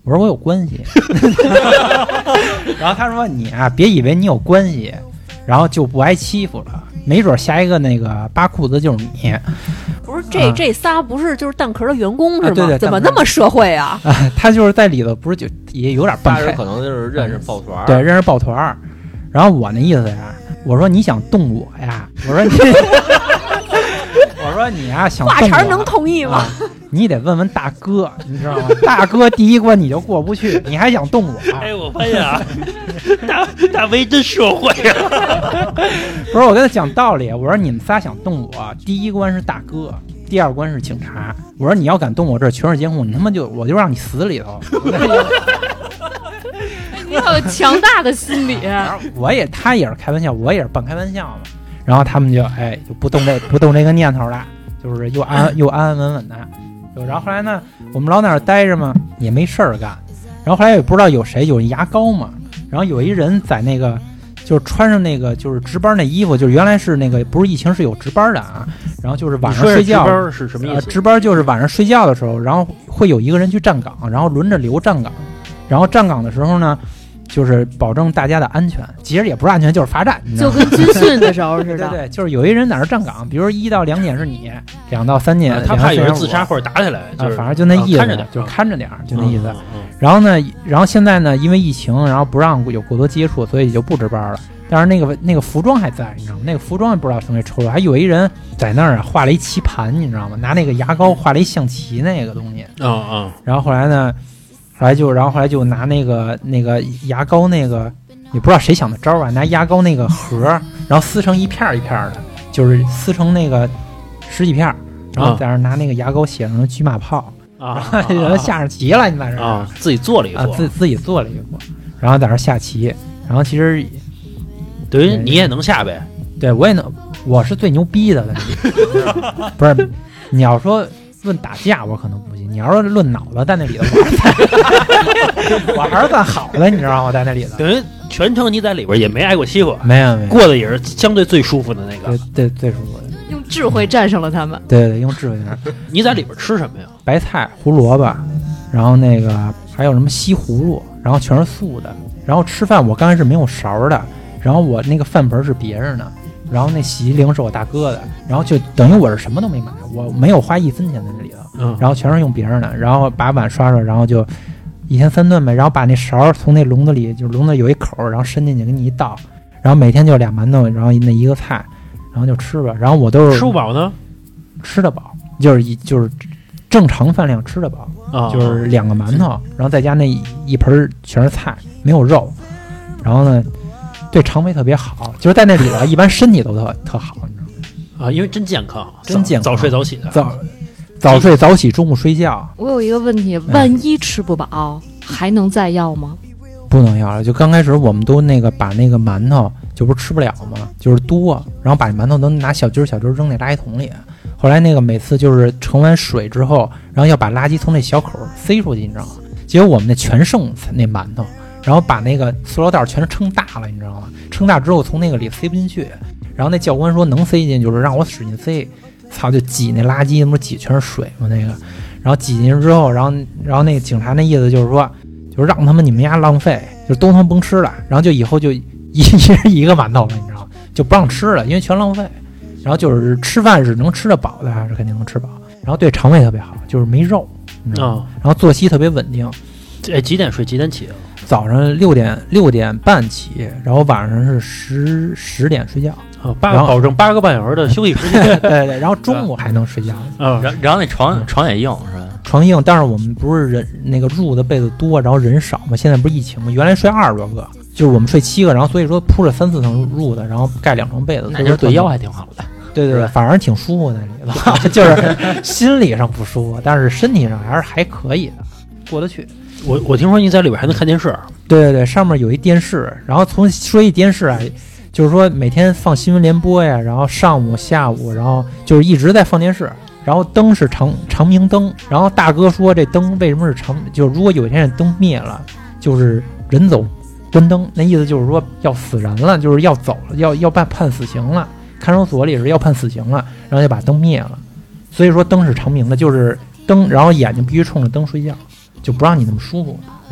我说我有关系。然后他说你啊，别以为你有关系，然后就不挨欺负了，没准下一个那个扒裤子就是你。 不是这仨不是就是蛋壳的员工是吗？ 对对， 怎么那么社会啊？ 他就是在里头，不是就也有点半开， 可能就是认识抱团， 对，认识抱团。然后我那意思呀，我说你想动我呀？我说你，我说你啊想动我， 话茬能同意吗？ 你得问问大哥，你知道吗？大哥第一关你就过不去，你还想动我？ 哎，我发现啊，大威真社会啊！ 不是，我跟他讲道理，我说你们仨想动我，第一关是大哥，第二关是警察。我说你要敢动我这儿全是监控，你他妈我就让你死里头。 你好有强大的心理。 他也是开玩笑，我也是半开玩笑嘛。然后他们就就不动这个念头了，就是又安安稳稳的。然后后来呢，我们老在那儿待着嘛，也没事儿干。然后后来也不知道有谁有牙膏嘛，然后有一人在那个就是穿上那个就是值班那衣服，就是原来是那个不是疫情是有值班的啊，然后就是晚上睡觉。 值班是什么意思？ 值班就是晚上睡觉的时候，然后会有一个人去站岗，然后轮着留站岗，然后站岗的时候呢，就是保证大家的安全，其实也不是安全，就是罚站， 就跟军训的时候似的。 对对，就是有一人在那站岗，比如1到2点是你，2到3点， 他怕有人自杀或者打起来， 反正就那意思，就看着点，就那意思。然后呢，然后现在呢，因为疫情，然后不让有过多接触，所以也就不值班了。但是那个服装还在，你知道吗？那个服装也不知道从哪抽了，还有一人在那儿啊画了一棋盘，你知道吗？拿那个牙膏画了一象棋那个东西。然后后来呢？后来就拿那个牙膏那个，也不知道谁想的招啊，拿牙膏那个盒，然后撕成一片一片的，就是撕成那个10几片，然后在那拿那个牙膏写上车马炮啊，人下上棋了，你在这啊， 自己做了一个， 自己做了一个，然后在那下棋，然后其实等于你也能下呗， 对我也能，我是最牛逼的，不是，你要说论打架我可能不行，你要说论脑子在那里头，我还是算好的，你知道吗？在那里头， 等于全程你在里边也没挨过欺负， 没有， 过得也是相对最舒服的那个， 对，最舒服的， 用智慧战胜了他们。 对，用智慧战胜。 你在里边吃什么呀？ 白菜、胡萝卜，然后那个还有什么西葫芦，然后全是素的。然后吃饭我刚开始没有勺的，然后我那个饭盆是别人的。然后那洗衣灵是我大哥的，然后就等于我是什么都没买，我没有花1分钱在这里头，然后全是用别人的，然后把碗刷刷，然后就1天3顿呗，然后把那勺从那笼子里，就是笼子有一口，然后伸进去给你一倒，然后每天就2馒头，然后那一个菜，然后就吃吧，然后我都是吃不饱呢， 吃得饱，就是正常饭量吃得饱，就是2个馒头，然后再加那一盆全是菜，没有肉，然后呢。对肠胃特别好，就是在那里边，一般身体都特好，你知道吗？啊，因为真健康， 真健康， 早睡早起的， 早睡早起，中午睡觉。 我有一个问题，万一吃不饱，还能再要吗？ 不能要了。就刚开始我们都把那个馒头，就不是吃不了嘛，就是多，然后把馒头都拿小鸡扔那垃圾桶里。后来每次就是盛完水之后，然后要把垃圾从那小口塞出去，你知道吗？结果我们那全剩那馒头。然后把那个塑料袋全撑大了，你知道吗？撑大之后从那个里塞不进去，然后那教官说能塞进，就是让我使劲塞，操，就挤那垃圾，那不挤全是水吗？那个，然后挤进去之后，然后那个警察那意思就是说，就是让你们家浪费，就都他妈甭吃了，然后就以后就一人一个馒头了，你知道吗？就不让吃了，因为全浪费。然后就是吃饭是能吃得饱的，还是肯定能吃饱。然后对肠胃特别好，就是没肉，你知道吗？然后作息特别稳定。 几点睡？几点起啊？ 早上6点半起，然后晚上是10点睡觉， 保证8个半小时的休息时间。 对，然后中午还能睡觉。 然后那床也硬是吧？ 床硬，但是我们不是人那个入的被子多，然后人少嘛。现在不是疫情嘛，原来睡20多个，就是我们睡7个，然后所以说铺了3、4层入的，然后盖2床被子， 那就是对腰还挺好的。 对，反而挺舒服的里头，就是心理上不舒服，但是身体上还可以的，过得去。 我听说你在里边还能看电视， 对，上面有一电视，然后说一电视啊，就是说每天放新闻联播呀，然后上午下午，然后就是一直在放电视，然后灯是长明灯，然后大哥说这灯为什么是就是如果有一天这灯灭了，就是人走关灯，那意思就是说要死人了，就是要走了，要判死刑了，看守所里是要判死刑了，然后就把灯灭了，所以说灯是长明的，就是灯，然后眼睛必须冲着灯睡觉。就不让你那么舒服，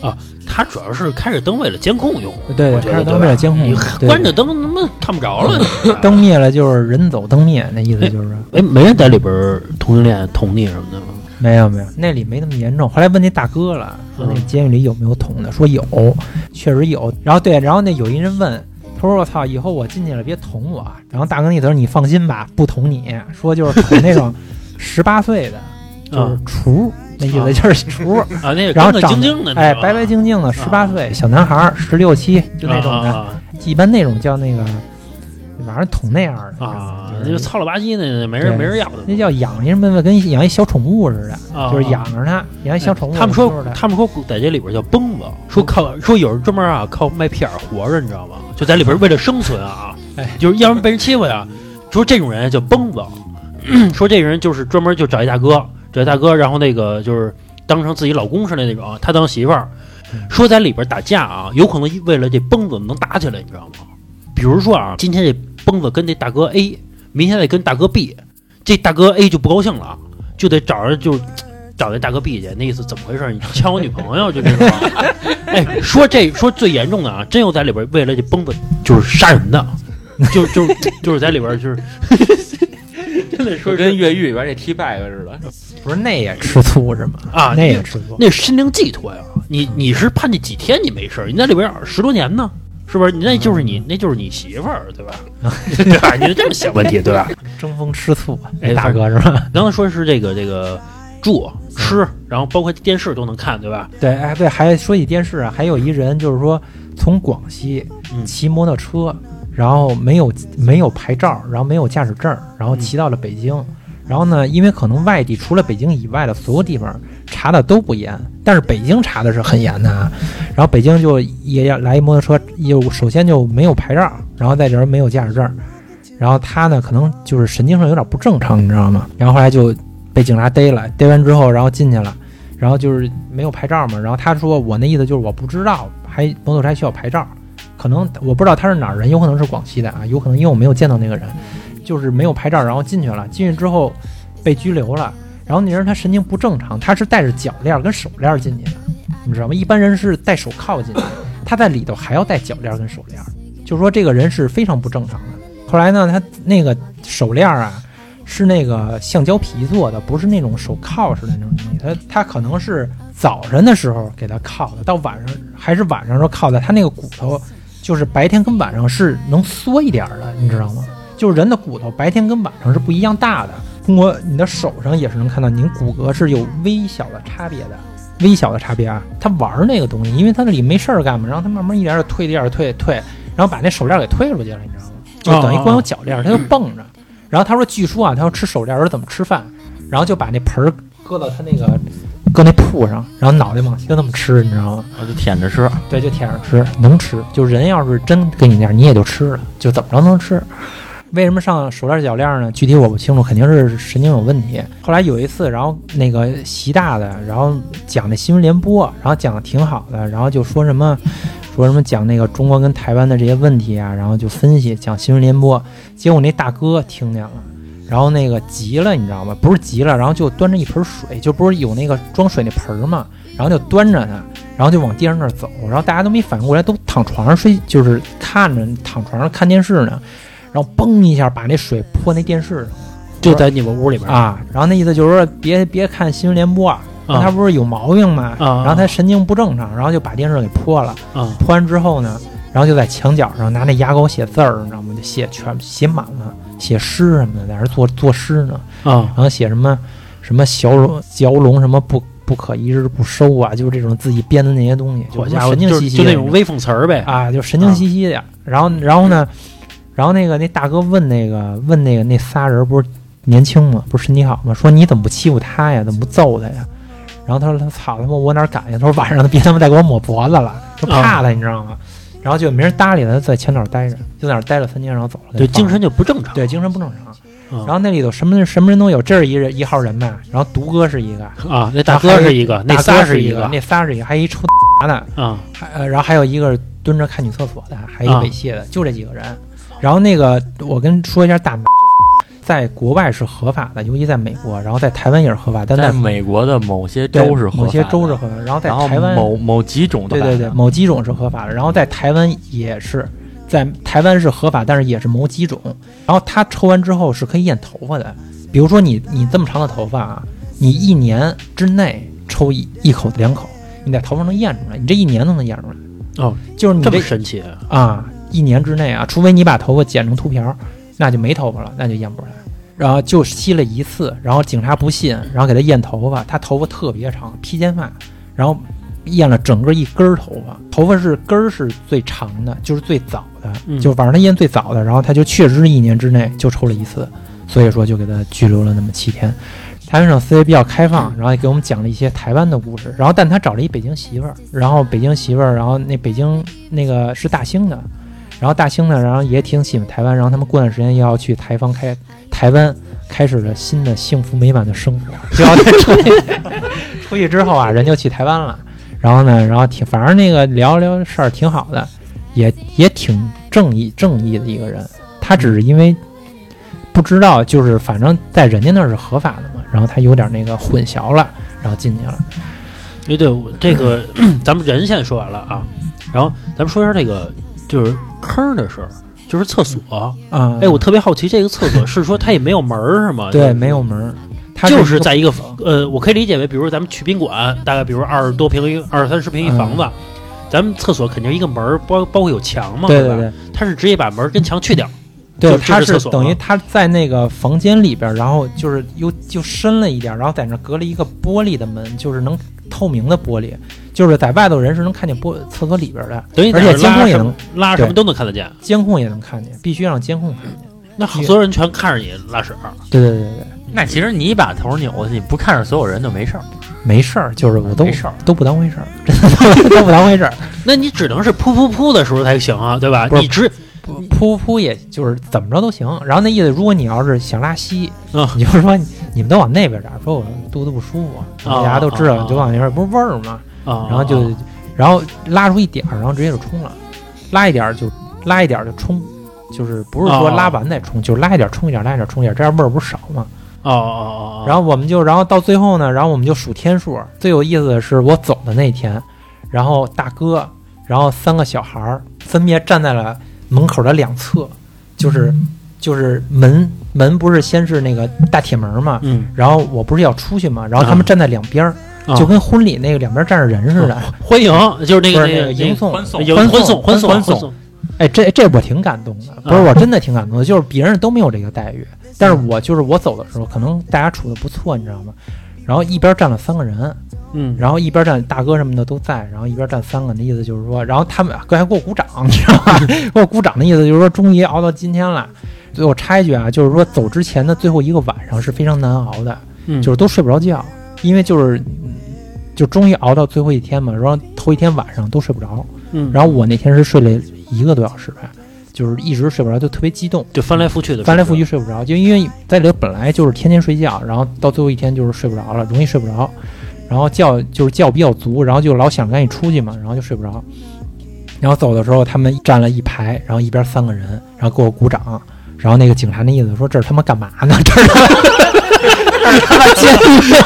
他主要是开着灯为了监控用， 对，开着灯为了监控， 关着灯他妈看不着了。 灯灭了就是人走灯灭，那意思就是。 没人在里边同性恋捅你什么的吗？ 没有，那里没那么严重。后来问那大哥了，说那监狱里有没有捅的，说有，确实有。然后那有一人问，他说我操，以后我进去了别捅我。然后大哥那头说你放心吧，不捅你，说就是捅那种18岁的，就是雏。那意思就是雏那然后干干净净的， 白白净净的18岁小男孩，16、17就那种的，一般那种叫那个，反正捅那样的那就糙了吧唧的，没人要的， 那叫养什么，跟养一小宠物似的，就是养着它，养一小宠物。 他们说在这里边叫蹦子，说有人专门靠卖屁眼活着，你知道吗？就在里边为了生存就是要不然被人欺负呀。说这种人叫蹦子，说这个人就是专门就找一大哥，然后那个就是当成自己老公似的那种，他当媳妇儿。说在里边打架有可能为了这蹦子能打起来，你知道吗？比如说今天这蹦子跟这大哥 A， 明天再跟大哥 B， 这大哥 A 就不高兴了，就得找这大哥 B 去，那意思怎么回事？你抢我女朋友就这种。说最严重的真有在里边为了这蹦子就是杀人的，就是在里边就是。真的说跟越狱里边这 T-bag 似的， 不是那也吃醋是吗？那也吃醋， 那心灵寄托呀。你是判这几天你没事，你在里边10多年呢，是不是？那就是你媳妇儿，对吧？对吧？你就这么想问题，对吧？ 争风吃醋，大哥是吧？ 刚才说是这个住吃，然后包括电视都能看，对吧？ 对，对，还说起电视还有一人就是说从广西骑摩托车。然后没有牌照，然后没有驾驶证，然后骑到了北京。然后呢，因为可能外地除了北京以外的所有地方查的都不严，但是北京查的是很严的。然后北京就也要来一摩托车，首先就没有牌照，然后在这儿没有驾驶证，然后他呢可能就是神经上有点不正常，你知道吗？然后后来就被警察逮了，逮完之后然后进去了，然后就是没有牌照嘛。然后他说我那意思就是我不知道摩托车还需要牌照。可能我不知道他是哪儿人，有可能是广西的有可能因为我没有见到那个人，就是没有牌照，然后进去了，进去之后被拘留了。然后那人他神经不正常，他是带着脚链跟手链进去的，你知道吗？一般人是戴手铐进去，他在里头还要戴脚链跟手链，就是说这个人是非常不正常的。后来呢，他那个手链是那个橡胶皮做的，不是那种手铐似的那种东西，他可能是早晨的时候给他铐的，到晚上还是晚上时候铐的，他那个骨头。就是白天跟晚上是能缩一点的，你知道吗？就是人的骨头白天跟晚上是不一样大的。通过你的手上也是能看到，您骨骼是有微小的差别的，微小的差别他玩那个东西，因为他那里没事儿干嘛，然后他慢慢一点点退，然后把那手链给退出去了，你知道吗？就等于光有脚链，他就蹦着。然后他说，据说他要吃手链是怎么吃饭，然后就把那盆搁到他那个。搁那铺上，然后脑袋往就那么吃，你知道吗？ 就舔着吃， 对，就舔着吃，能吃。就人要是真给你那样，你也就吃了，就怎么着能吃。为什么上手链脚链呢？具体我不清楚，肯定是神经有问题。后来有一次，然后那个习大的，然后讲那新闻联播，然后讲的挺好的，然后就说什么讲那个中国跟台湾的这些问题然后就分析讲新闻联播，结果那大哥听见了。然后那个急了，你知道吗？不是急了，然后就端着一盆水，就不是有那个装水那盆嘛，然后就端着它，然后就往地上那儿走，然后大家都没反应过来，都躺床上睡，就是看着躺床上看电视呢，然后嘣一下把那水泼那电视上， 就在你们屋里边然后那意思就是说别看新闻联播他不是有毛病吗？然后他神经不正常，然后就把电视给泼了泼完之后呢，然后就在墙角上拿那牙膏写字儿，你知道吗？就全写满了。写诗什么的，在那作诗呢然后写什么蛟龙什么不可一日不收就是这种自己编的那些东西，就神经兮兮就那种微讽词儿呗就神经兮兮的然后呢，然后那大哥问那仨人不是年轻吗？不是身体好吗？说你怎么不欺负他呀？怎么不揍他呀？然后他说他操他妈我哪敢呀？他说晚上他别他妈再给我抹脖子了，就怕他你知道吗？然后就没人搭理他，在墙角待着，就在那儿待了3天，然后走了。 对，精神就不正常。 对，精神不正常。然后那里头什么人都有，这是一号人呗。然后独哥是一个那大哥是一个，那仨是一个， 那仨是一个，还一抽的然后还有一个蹲着看女厕所的，还有一个猥亵的，就这几个人。然后那个我跟说一下大在国外是合法的，尤其在美国，然后在台湾也是合法，但在美国的某些州是合法的， 某些州是合法的，然后在台湾某几种的， 对，某几种是合法的，然后在台湾也是，在台湾是合法，但是也是某几种。然后他抽完之后是可以验头发的，比如说你这么长的头发啊，你1年之内抽一口2口，你在头发能验出来，你这1年都能验出来。 哦， 就是你这么神奇啊！1年之内啊，除非你把头发剪成秃瓢，那就没头发了，那就验不出来。然后就吸了1次，然后警察不信，然后给他验头发，他头发特别长，披肩发，然后验了整个一根头发，头发是根儿是最长的，就是最早的，就反正他验最早的，然后他就确实是1年之内就抽了1次，所以说就给他拘留了那么7天。台湾省思维比较开放，然后也给我们讲了一些台湾的故事，然后但他找了一北京媳妇儿，然后北京媳妇儿，然后那北京那个是大兴的，然后大兴呢，然后也挺喜欢台湾，然后他们过段时间要去台湾开始了新的幸福美满的生活，就要出去之后啊，人就去台湾了，然后呢，然后反正那个聊聊事儿挺好的，也挺正义的一个人，他只是因为不知道，就是反正在人家那儿是合法的嘛，然后他有点那个混淆了，然后进去了。 对，这个咱们人现在说完了啊，然后咱们说一下这个就是坑的事儿，就是厕所啊。我特别好奇，这个厕所是说它也没有门是吗？ 对，没有门，它就是在一个我可以理解为，比如咱们去宾馆，大概比如20多平、20-30平一房子，咱们厕所肯定一个门，包括有墙嘛， 对吧？ 它是直接把门跟墙去掉。 对，他是等于他在那个房间里边，然后就是就深了一点，然后在那隔了一个玻璃的门，就是能透明的玻璃，就是在外头人是能看见厕所里边的， 等于而且监控也能拉什么都能看得见， 监控也能看见，必须让监控看见。 那所有人全看着你拉屎。 对。 那其实你把头扭过去，你不看着所有人就没事儿。 没事儿，就是我都没事儿， 都不当回事儿，真的都不当回事儿。 那你只能是噗的时候才行啊，对吧？你噗也就是怎么着都行。然后那意思，如果你要是想拉稀，你就说你们都往那边点，说我肚子不舒服，大家都知道，你就往那边，不是味儿吗？然后拉出一点儿，然后直接就冲了，拉一点儿就冲，就是不是说拉完再冲，就是拉一点冲一点，拉一点冲一点，这样味儿不是少吗？然后到最后呢，然后我们就数天数。最有意思的是我走的那天，然后大哥，然后3个小孩儿分别站在了门口的2侧，就是门不是先是那个大铁门嘛，然后我不是要出去嘛，然后他们站在2边儿，就跟婚礼那个2边站着人似的， 欢迎就是那个迎送欢送。 哎，这我挺感动的，不是我真的挺感动的，就是别人都没有这个待遇，但是我走的时候，可能大家处的不错，你知道吗？然后一边站了3个人，然后一边站大哥什么的都在，然后一边站3个，那意思就是说，然后他们还给我鼓掌，你知道吗？给我鼓掌的意思就是说，终于熬到今天了。最后插一句啊，就是说走之前的最后一个晚上是非常难熬的，就是都睡不着觉，因为就终于熬到最后一天嘛，然后头一天晚上都睡不着，然后我那天是睡了1个多小时吧。就是一直睡不着，就特别激动， 就翻来覆去睡不着，就因为在里头本来就是天天睡觉，然后到最后一天就是睡不着了，容易睡不着，然后觉比较足，然后就老想赶紧出去嘛，然后就睡不着。然后走的时候，他们站了一排，然后一边3个人，然后给我鼓掌，然后那个警察那意思说这是他妈干嘛呢？这是他妈监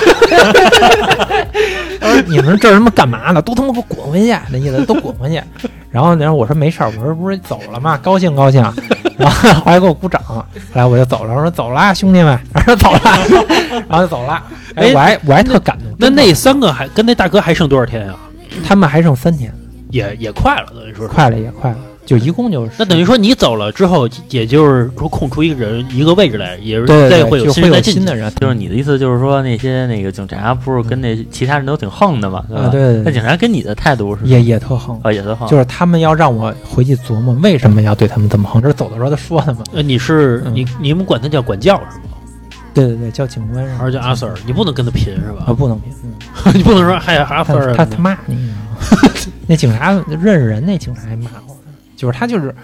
狱。你们这是他妈干嘛呢？都他妈给我滚回去！那意思都滚回去。然后我说没事儿，我说不是走了吗？高兴。然后后来给我鼓掌，后来我就走了。我说走了，兄弟们，然后走了，然后就走了。我还特感动。 那3个还跟那大哥还剩多少天呀？ 他们还剩3天， 也快了，等于说快了，就一共就是。 那等于说你走了之后，也就是说空出一个位置来，也是再会有新的人。 就是你的意思就是说那个警察不是跟那其他人都挺横的嘛？ 对。 那警察跟你的态度是也特横也特横， 就是他们要让我回去琢磨为什么要对他们这么横。这是走的时候他说的嘛？ 你们管他叫管教是吗？ 对，叫警官还是叫阿 Sir？你不能跟他贫是吧？ 不能贫， 你不能说还阿 Sir。 他骂你，那警察认识人，那警察还骂我呢。就是他就是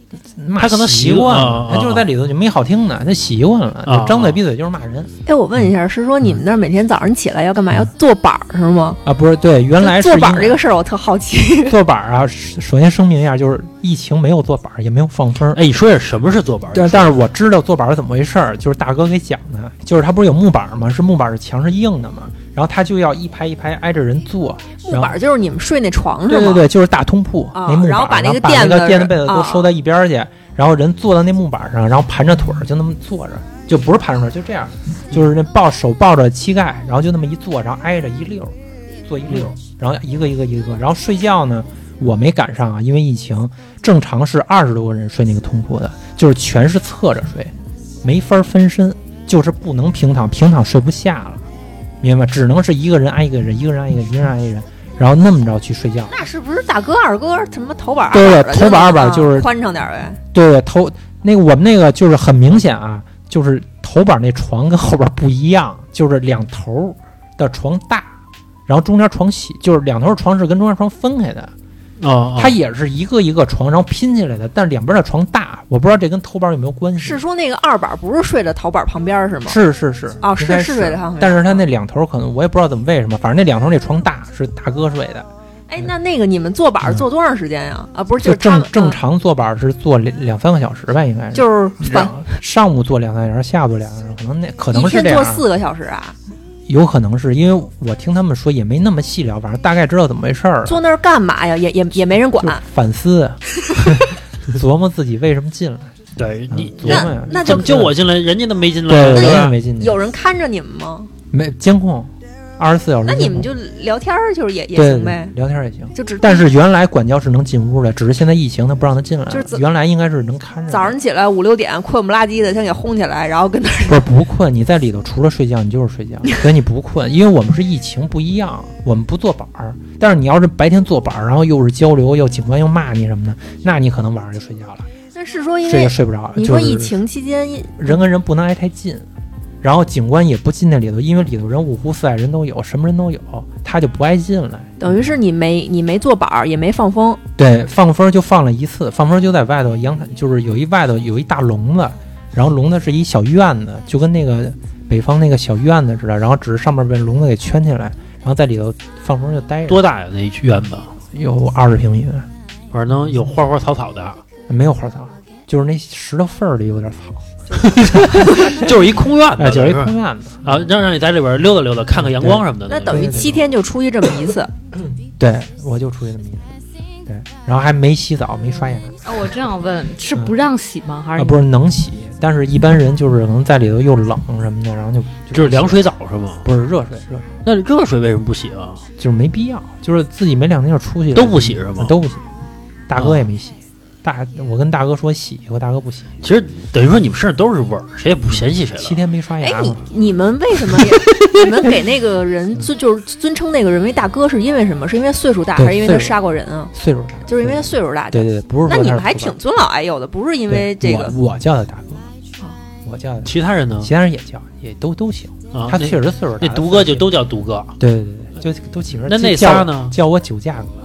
骂他可能习惯了， 啊他就是在里头就没好听的，他习惯了，就张嘴闭嘴就是骂人哎，我问一下，是说你们那儿每天早上起来要干嘛？要坐板儿是吗？ 啊，不是对，原来是坐板儿这个事儿我特好奇。 坐板啊，首先声明一下，就是疫情没有坐板，也没有放风。 哎，你说点什么是坐板？ 但是我知道坐板是怎么回事儿，就是大哥给讲的，就是他不是有木板吗？是木板的墙是硬的嘛，然后他就要一排一排挨着人坐。 木板就是你们睡那床是吗？ 对对对，就是大通铺、那木板， 然后把那个垫子被子都收到一边去，然后人坐到那木板上，然后盘着腿儿就那么坐着，就不是盘着腿儿，就这样，就是那手抱着膝盖，然后就那么一坐，然后挨着一溜，坐一溜，然后一个，然后睡觉呢。我没赶上啊，因为疫情，正常是20多个人睡那个通铺的，就是全是侧着睡，没法分身，就是不能平躺，平躺睡不下了，明白吗？只能是一个人挨一个人，一个人挨一个，一个人挨一个人，然后那么着去睡觉。 那是不是大哥二哥什么头板？ 对对，头板二板就是宽敞点呗。 对对，头那个我们那个就是很明显啊，就是头板那床跟后边不一样，就是两头的床大，然后中间床小，就是两头床是跟中间床分开的。它也是一个一个床，然后拼起来的，但是两边的床大，我不知道这跟头板有没有关系。 是说那个二板不是睡在头板旁边是吗？ 是哦，是睡在旁边， 但是他那两头可能我也不知道怎么为什么，反正那两头那床大，是大哥睡的。 哎，那个你们坐板坐多长时间呀？啊，不是， 就正常坐板是坐2-3个小时吧，应该是。 就是上午坐2-3个小时，下午坐2-3个小时，可能是这样。 一天坐4个小时啊？ 有可能是因为我听他们说也没那么细聊，反正大概知道怎么回事儿。 坐那儿干嘛呀？也没人管。 反思，琢磨自己为什么进来。 对你琢磨呀， 那就我进来，人家都没进来， 对，人家没进去。 有人看着你们吗？ 没监控，24小时。 那你们就聊天儿，就是也行呗， 聊天也行。 但是原来管教是能进屋的，只是现在疫情他不让他进来。就是原来应该是能看着。 早上起来5-6点困不拉几的，先给轰起来，然后跟那不困，你在里头除了睡觉，你就是睡觉，所以你不困。因为我们是疫情不一样，我们不坐板儿。但是你要是白天坐板儿，然后又是交流，又警官又骂你什么的，那你可能晚上就睡觉了。 那是说因为睡不着。 你说疫情期间人跟人不能挨太近。然后警官也不进那里头，因为里头人5湖4海人都有，什么人都有，他就不爱进来。 等于是你没坐板，也没放风。 对，放风就放了一次，放风就在外头阳台，就是外头有一大笼子，然后笼子是一小院子，就跟那个北方那个小院子似的，然后只是上面被笼子给圈起来，然后在里头放风就待着。 多大呀那院子？ 有20平米， 反正有花花草草的。 没有花草，就是那石头缝儿里有点草。 就是一空院子， 就是一空院子啊，让你在里边溜达溜达，看看阳光什么的。 那等于7天就出去这么一次。 对，我就出去这么一次。对，然后还没洗澡，没刷牙。 我这样问，是不让洗吗？还是不是能洗？但是一般人就是可能在里头又冷什么的，然后就是凉水澡是吗？ 不是热水。 那热水为什么不洗啊？ 就是没必要，就是自己没2天就出去了， 都不洗是吗？ 都不洗，大哥也没洗。我跟大哥说洗，我大哥不洗。 其实等于说你们身上都是味儿，谁也不嫌弃谁了。 7天没刷牙。 哎，你们为什么你们给那个人就是尊称那个人为大哥，是因为什么？是因为岁数大，还是因为他杀过人啊？ 岁数大， 就是因为他岁数大。 对，不是。 那你们还挺尊老爱幼的，不是因为这个？ 我叫他大哥，我叫他。 其他人呢？ 其他人也叫，也都行。他确实岁数大。 那独哥就都叫独哥。 对，就都起名。 那仨呢？ 叫我酒驾哥。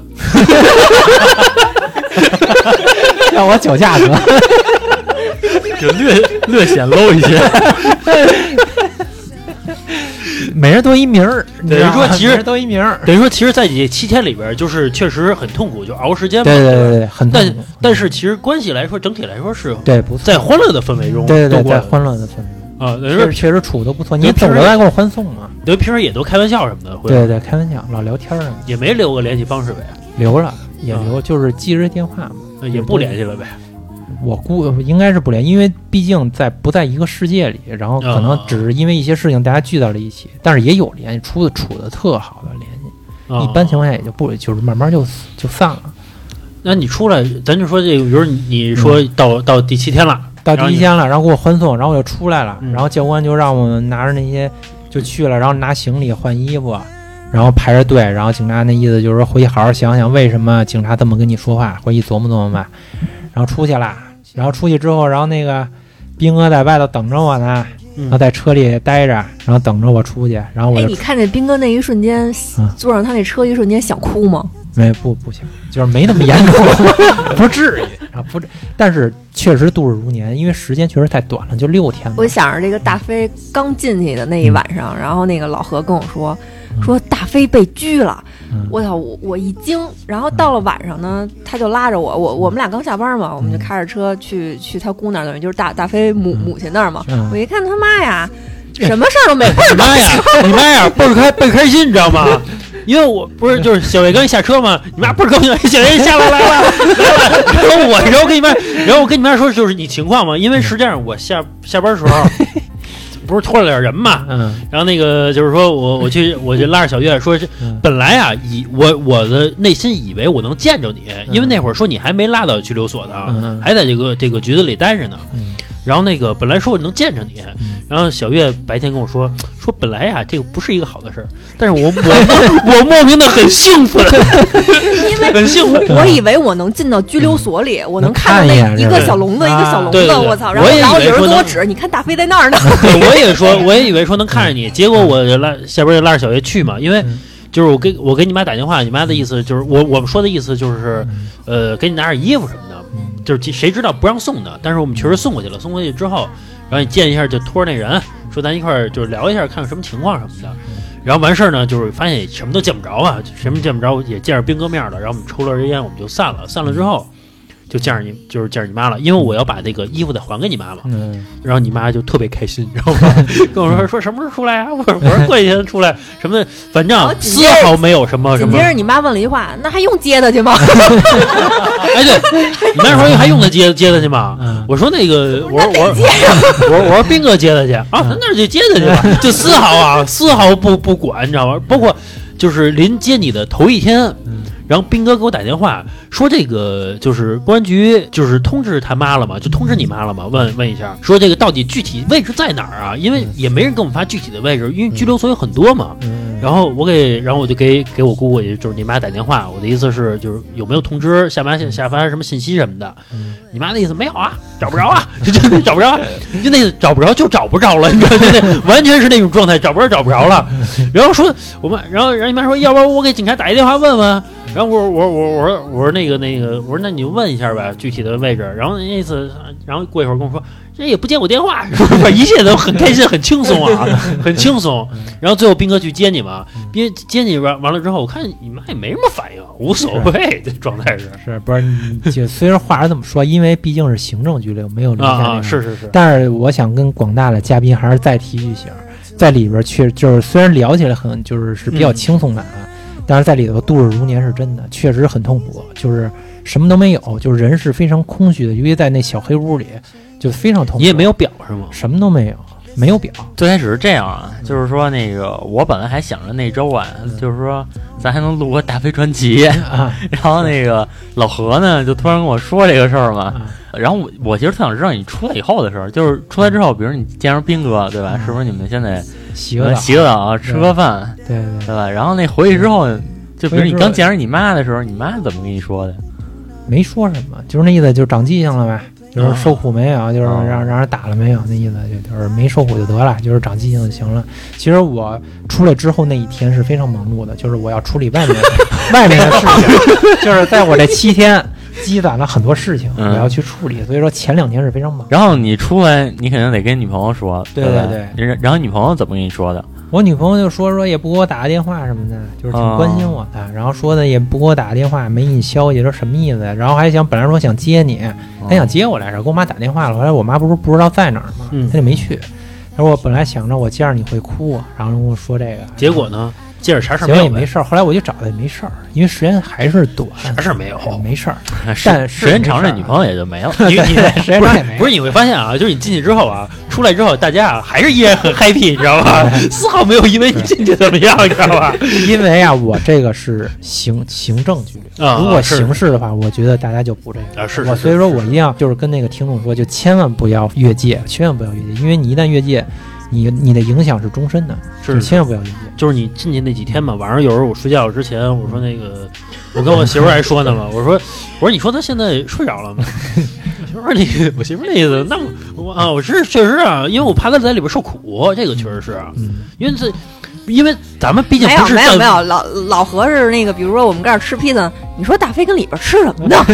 叫我酒驾哥， 就略显 low 一些。 每人都一名儿， 等于说其实都一名儿。 等于说其实，在这7天里边，就是确实很痛苦，就熬时间嘛。 对，很痛苦。 但是其实关系来说，整体来说是对不错， 在欢乐的氛围中， 对，在欢乐的氛围啊， 确实处的不错。你走着来给我欢送嘛？ 对，平时也都开玩笑什么的。 对，开玩笑，老聊天啊。 也没留个联系方式呗？ 留了，也留，就是记着电话嘛。 也不联系了呗。 我估应该是不联系，因为毕竟不在一个世界里，然后可能只是因为一些事情大家聚到了一起，但是也有联系，处的特好的联系。一般情况下也就不，就是慢慢就散了。 那你出来，咱就说这个，比如你说到第7天了， 到第1天了，然后给我欢送，然后我就出来了，然后教官就让我们拿着那些就去了，然后拿行李换衣服。然后排着队，然后警察那意思就是说回去好好想想为什么警察这么跟你说话，回去琢磨琢磨吧。然后出去了，然后出去之后，然后那个兵哥在外头等着我呢，然后在车里待着，然后等着我出去。然后我你看见兵哥那一瞬间，坐上他那车一瞬间想哭吗？ 不行，就是没那么严重，不至于啊，不至。但是确实度日如年，因为时间确实太短了，就6天嘛。 我想着这个大飞刚进去的那一晚上，然后那个老何跟我说大飞被拘了，我操，我一惊。然后到了晚上呢，他就拉着我们俩刚下班嘛，我们就开着车去他姑那儿，等于就是大飞母亲那儿嘛。我一看他妈呀，什么事儿都没碰上。你妈呀，倍儿开心，你知道吗？因为我不是就是小月刚一下车嘛，你妈倍儿高兴，小月下来了。然后我跟你妈说就是你情况嘛，因为实际上我下班时候。不是拖了点人嘛，然后那个就是说我就拉着小月说，本来啊我的内心以为我能见着你，因为那会儿说你还没拉到拘留所呢，还在这个局子里待着呢。然后那个本来说我能见着你，然后小月白天跟我说本来呀这个不是一个好的事儿，但是我莫名的很兴奋， 因为很兴奋， 我以为我能进到拘留所里，我能看到那一个小笼子一个小笼子，我操！然后有人跟我指，你看大飞在那儿呢。 我也以为说能看着你，结果我就下边就拉着小月去嘛，因为。就是我给你妈打电话，你妈的意思就是我们说的意思就是，给你拿点衣服什么的，就是谁知道不让送的，但是我们确实送过去了。送过去之后，然后你见一下就托着那人说咱一块儿就是聊一下，看什么情况什么的。然后完事儿呢，就是发现什么都见不着啊，什么见不着，也见着兵哥面了。然后我们抽了根烟，我们就散了。散了之后。就见着你妈了，因为我要把那个衣服再还给你妈嘛，然后你妈就特别开心，然后跟我说什么时候出来啊？我说过几天出来什么的，反正丝毫没有什么。 紧接着你妈问了一句话，那还用接他去吗？ 哎，对，你妈说还用他接他去吗？我说那个，我说斌哥接他去啊，那就接他去吧，就丝毫不管，你知道吗？包括就是临接你的头一天。然后斌哥给我打电话说，这个就是公安局就是通知他妈了嘛，就通知你妈了嘛，问一下，说这个到底具体位置在哪儿啊？因为也没人给我们发具体的位置，因为拘留所有很多嘛。然后我就给我姑姑，也就是你妈打电话，我的意思是就是有没有通知下发什么信息什么的。你妈的意思没有啊，找不着啊，就找不着，就那个找不着就找不着了，你知道吗？完全是那种状态，找不着了。然后说我妈，然后你妈说，要不然我给警察打一电话问问。然后我说那个我说那你就问一下呗，具体的位置。然后那意思，然后过一会儿跟我说，这也不接我电话，一切都很开心，很轻松啊，很轻松。然后最后斌哥去接你嘛，接你完了之后，我看你妈也没什么反应，无所谓，这状态是不是？就虽然话是这么说，因为毕竟是行政拘留，没有留下那个是。 但是我想跟广大的嘉宾还是再提一下，在里边就是虽然聊起来很是比较轻松的啊。但是在里头度日如年是真的，确实很痛苦，就是什么都没有，就是人是非常空虚的，尤其在那小黑屋里，就非常痛苦。 你也没有表是吗？ 什么都没有，没有表。 最开始是这样啊，就是说那个我本来还想着那周啊，就是说咱还能录个大飞传奇啊，然后那个老何呢就突然跟我说这个事儿嘛，然后我其实特想知道你出来以后的事儿，就是出来之后，比如你见着斌哥对吧？是不是你们现在洗个澡吃个饭，对吧？然后那回去之后，就比如你刚见着你妈的时候，你妈怎么跟你说的？ 没说什么，就是那意思，就是长记性了呗，就是受苦没有，就是让人打了没有，那意思就是没受苦就得了，就是长记性就行了。其实我出来之后那一天是非常忙碌的，就是我要处理外面的事情，就是在我这7天。积攒了很多事情，我要去处理，所以说前2天是非常忙。 然后你出来，你肯定得跟女朋友说， 对。 然后女朋友怎么跟你说的？ 我女朋友就说也不给我打个电话什么的，就是挺关心我的。然后说的也不给我打个电话，没你消息，说什么意思？然后还本来说想接你，还想接我来着，给我妈打电话了。后来我妈不知道在哪儿嘛，她就没去。然后我本来想着我见着你会哭，然后跟我说这个， 结果呢？接着啥事儿没有，也没事儿。后来我就找他也没事儿，因为时间还是短， 啥事儿没有， 没事儿。 但时间长，这女朋友也就没了。 你时间长也没了。 不是你会发现啊，就是你进去之后啊，出来之后大家啊还是依然很 happy， 你知道吧？丝毫没有因为你进去怎么样，你知道吧？ 因为啊，我这个是行政拘留，如果刑事的话，我觉得大家就不这个。 是。 所以说我一定要就是跟那个听众说，就千万不要越界，千万不要越界，因为你一旦越界。你的影响是终身的， 是千万不要越界。 就是你进去那几天嘛，晚上有时候我睡觉之前，我说那个，我跟我媳妇还说呢嘛，我说你说她现在睡着了吗？我媳妇那意思，那我是确实啊，因为我怕他在里边受苦，这个确实是，因为咱们毕竟不是没有老何是那个，比如说我们这儿吃披萨，你说大飞跟里边吃什么呢？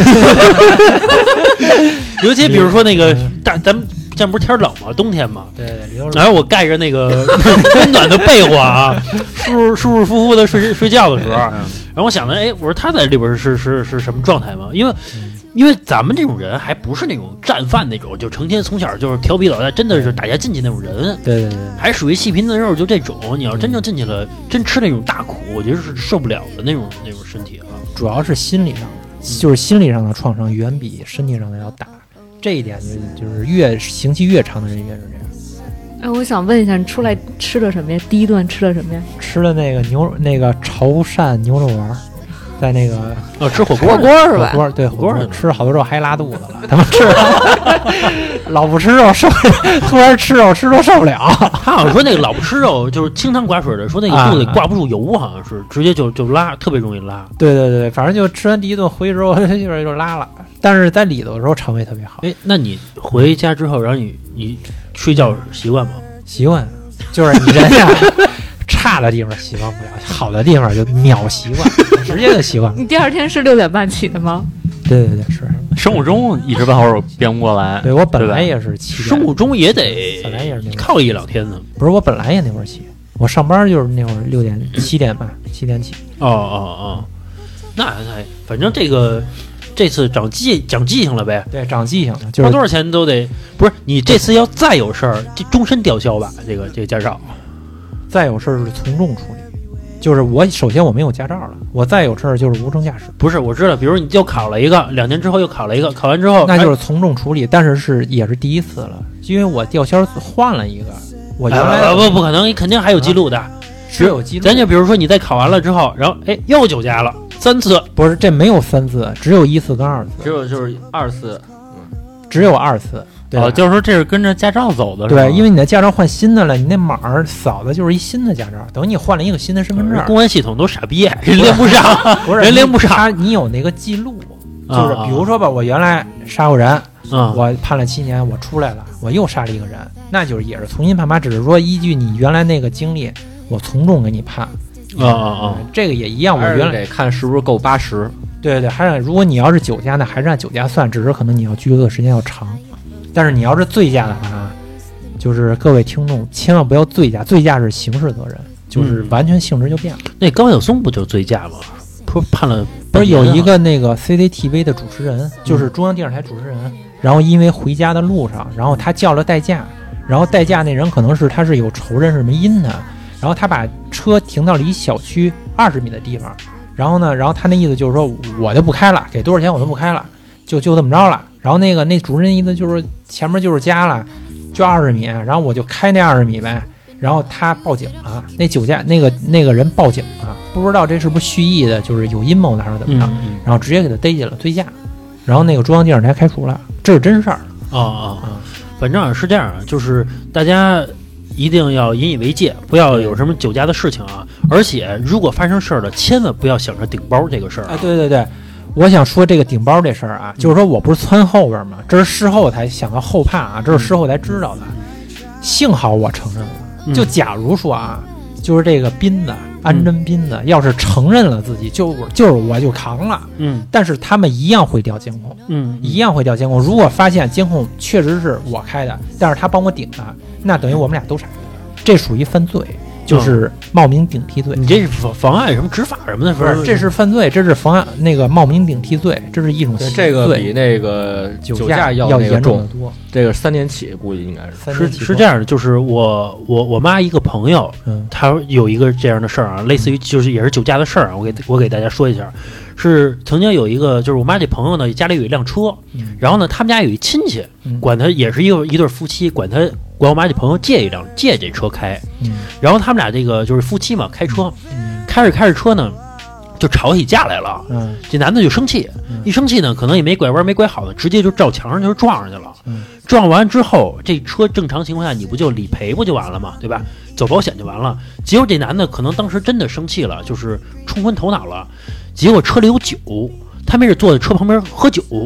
尤其比如说那个咱们现在不是天冷吗？冬天嘛， 对， 然后我盖着那个温暖的被窝啊，舒舒服服的睡觉的时候，然后我想着，我说他在里边是什么状态嘛？因为咱们这种人还不是那种战犯那种，就成天从小就是调皮捣蛋，真的是打架进去那种人。 对， 还属于细皮嫩肉，就这种。你要真正进去了，真吃那种大苦，我觉得是受不了的那种身体啊。 主要是心理上的，就是心理上的创伤远比身体上的要大。这一点就是越刑期越长的人越是这样。 我想问一下，你出来吃的什么呀？第一顿吃的什么呀？ 吃的那个潮汕牛肉丸。在那个吃火锅是吧？ 火锅吃了好多肉还拉肚子了，他们吃老不吃肉突然吃肉都受不了。 他好像说那个老不吃肉就是清汤寡水的，说那个肚子里挂不住油，好像是直接就拉，特别容易拉。 对，反正就吃完第一顿回去之后就拉了，但是在里头的时候肠胃特别好。 那你回家之后，然后你睡觉习惯吗？ 习惯，就是你人呀。差的地方习惯不了，好的地方就秒习惯，直接就习惯。 你第二天是6点半起的吗？ 对，是生物钟一时半会儿编不过来。 对，我本来也是7点， 生物钟也得本来也是那靠1-2天呢。 不是，我本来也那会儿起，我上班就是那会儿7点半7点起。 哦，那反正这次长记性了呗。 对，长记性了，就是花多少钱都得。不是你这次要再有事儿，就终身吊销吧？这个驾照。 再有事儿是从重处理，就是首先我没有驾照了，我再有事儿就是无证驾驶。 不是，我知道，比如你又考了一个，2年之后又考了一个，考完之后那就是从重处理，但是也是第一次了，因为我吊销换了一个，我原来不可能，你肯定还有记录的， 是有记录。 咱就比如说你在考完了之后，然后又酒驾了3次， 不是，这没有3次，只有1次跟2次， 就是2次， 只有2次。 就是说这是跟着驾照走的， 对，因为你的驾照换新的了，你那码儿扫的就是一新的驾照，等于你换了一个新的身份证。 公安系统都傻逼，人连不上， 不是人连不上。 你有那个记录，就是比如说吧，我原来杀过人，我判了7年，我出来了，我又杀了一个人，那就是也是重新判罚，只是说依据你原来那个经历，我从重给你判。这个也一样，我原来得看是不是够80。 对，还是如果你要是酒驾，那还是按酒驾算，只是可能你要拘留的时间要长。但是你要是醉驾的话，就是各位听众千万不要醉驾，醉驾是刑事责任，就是完全性质就变了。 那高晓松不就醉驾吗？不是判了？ 不是有一个那个 CCTV 的主持人，就是中央电视台主持人，然后因为回家的路上，然后他叫了代驾，然后代驾那人可能是他是有仇人什么阴他，然后他把车停到了一小区20米的地方，然后他那意思就是说我就不开了，给多少钱我都不开了，就这么着了。然后那主持人意思就是前面就是家了，就20米，然后我就开那20米呗。然后他报警了，那酒驾那个人报警了，不知道这是不是蓄意的，就是有阴谋的还是怎么着，然后直接给他逮起了醉驾，然后那个中央电视台开除了，这是真事儿反正是这样，就是大家一定要引以为戒，不要有什么酒驾的事情啊。而且如果发生事儿了，千万不要想着顶包这个事儿。 对，我想说这个顶包这事儿啊，就是说我不是窜后边吗？这是事后才想到后怕啊，这是事后才知道的。幸好我承认了。就假如说啊，就是这个斌子安贞斌子，要是承认了自己就是我就扛了，但是他们一样会调监控，一样会调监控。如果发现监控确实是我开的，但是他帮我顶了，那等于我们俩都傻逼，这属于犯罪。就是冒名顶替罪， 你这是妨碍什么执法什么的？ 不是，这是犯罪，这是妨碍那个冒名顶替罪，这是一种罪。 这个比那个酒驾要严重得多。 这个3年起，估计应该是这样的，就是我妈一个朋友，她有一个这样的事儿啊，类似于就是也是酒驾的事儿啊，我给大家说一下，是曾经有一个就是我妈这朋友呢，家里有一辆车，然后呢他们家有一亲戚，管他也是一对夫妻，管我妈这朋友借这车开，然后他们俩这个就是夫妻嘛，开车，开着车呢，就吵起架来了。这男的就生气，一生气呢，可能也没拐弯没拐好呢，直接就照墙上就撞上去了。撞完之后，这车正常情况下你不就理赔不就完了吗？对吧？走保险就完了。结果这男的可能当时真的生气了，就是冲昏头脑了。结果车里有酒，他没事坐在车旁边喝酒，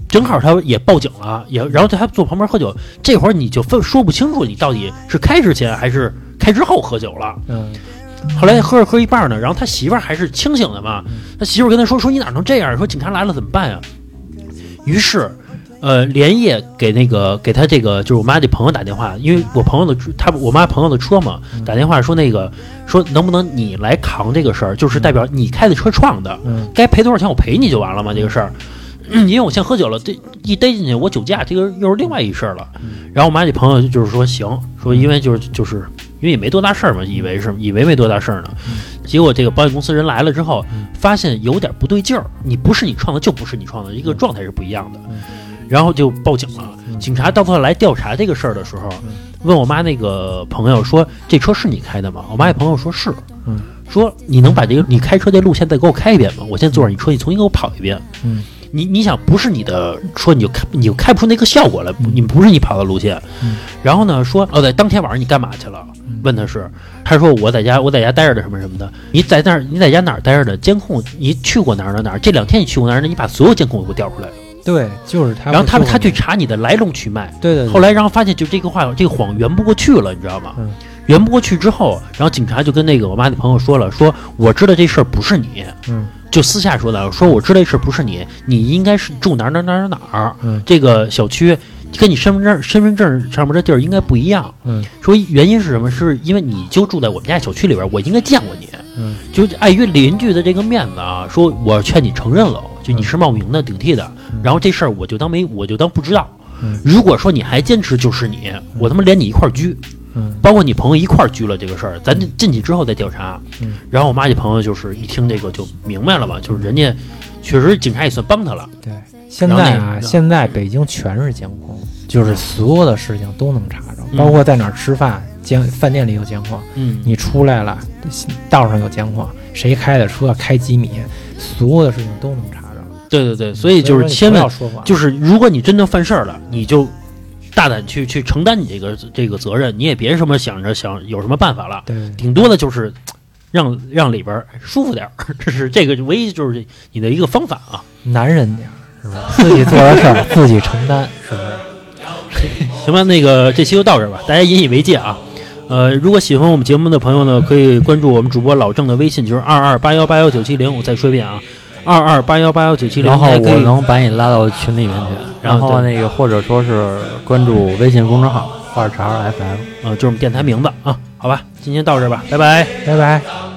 正好他也报警了，然后他还坐旁边喝酒，这会儿你就说不清楚你到底是开之前还是开之后喝酒了。后来喝着喝一半呢，然后他媳妇儿还是清醒的嘛，他媳妇儿跟他说你哪能这样，说警察来了怎么办呀？于是连夜给他这个就是我妈这朋友打电话，因为我妈朋友的车嘛，打电话说说能不能你来扛这个事儿，就是代表你开的车撞的，该赔多少钱我赔你就完了嘛，这个事儿。因为我先喝酒了，这一逮进去我酒驾，这个又是另外一事儿了。然后我妈这朋友就是说行，说因为就是因为也没多大事儿嘛，以为没多大事儿呢。结果这个保险公司人来了之后，发现有点不对劲儿，你不是你创的就不是你创的，一个状态是不一样的。然后就报警了。警察到头来调查这个事儿的时候，问我妈那个朋友说：“这车是你开的吗？”我妈那朋友说是。说你能把你开车这路线再给我开一遍吗？我现在坐上你车，你重新给我跑一遍。你想不是你的车，你就开不出那个效果来，你不是你跑的路线。然后呢说在当天晚上你干嘛去了？问他说我在家待着的什么什么的。你在家哪儿待着的？监控你去过哪儿？这2天你去过哪儿？你把所有监控给我调出来。 对，就是他。 然后他去查你的来龙去脉。 对。 后来然后发现就这个谎圆不过去了，你知道吗？圆不过去之后，然后警察就跟我妈的朋友说了，说我知道这事儿不是你。就私下说的，说我知道这事不是你应该是住哪儿，这个小区跟你身份证上面的地儿应该不一样。说原因是什么？是因为你就住在我们家小区里边，我应该见过你。就碍于邻居的这个面子啊，说我劝你承认了，就你是冒名的顶替的，然后这事儿我就当不知道。如果说你还坚持就是你，我他妈连你一块儿拘。包括你朋友一块儿拘了这个事儿，咱进去之后再调查。然后我妈这朋友就是一听这个就明白了嘛，就是人家确实警察也算帮他了。 对，现在北京全是监控，就是所有的事情都能查着，包括在哪儿吃饭，饭店里有监控。你出来了，道上有监控，谁开的车开几米，所有的事情都能查着。 对，所以就是千万就是如果你真的犯事儿了，你就大胆去承担你这个责任，你也别想有什么办法了， 对， 顶多的就是让里边舒服点儿，这是这个唯一就是你的一个方法啊。 男人点是吧？自己做的事儿自己承担，是不是？ 行吧，这期就到这儿吧，大家引以为戒啊。如果喜欢我们节目的朋友呢，可以关注我们主播老郑的微信，就是2281819705，我再说一遍啊。2281819705， 然后我能把你拉到群里面去，然后或者说是关注微信公众号2茬 FM， 就是我们电台名字啊，好吧，今天到这儿吧，拜拜， 拜拜。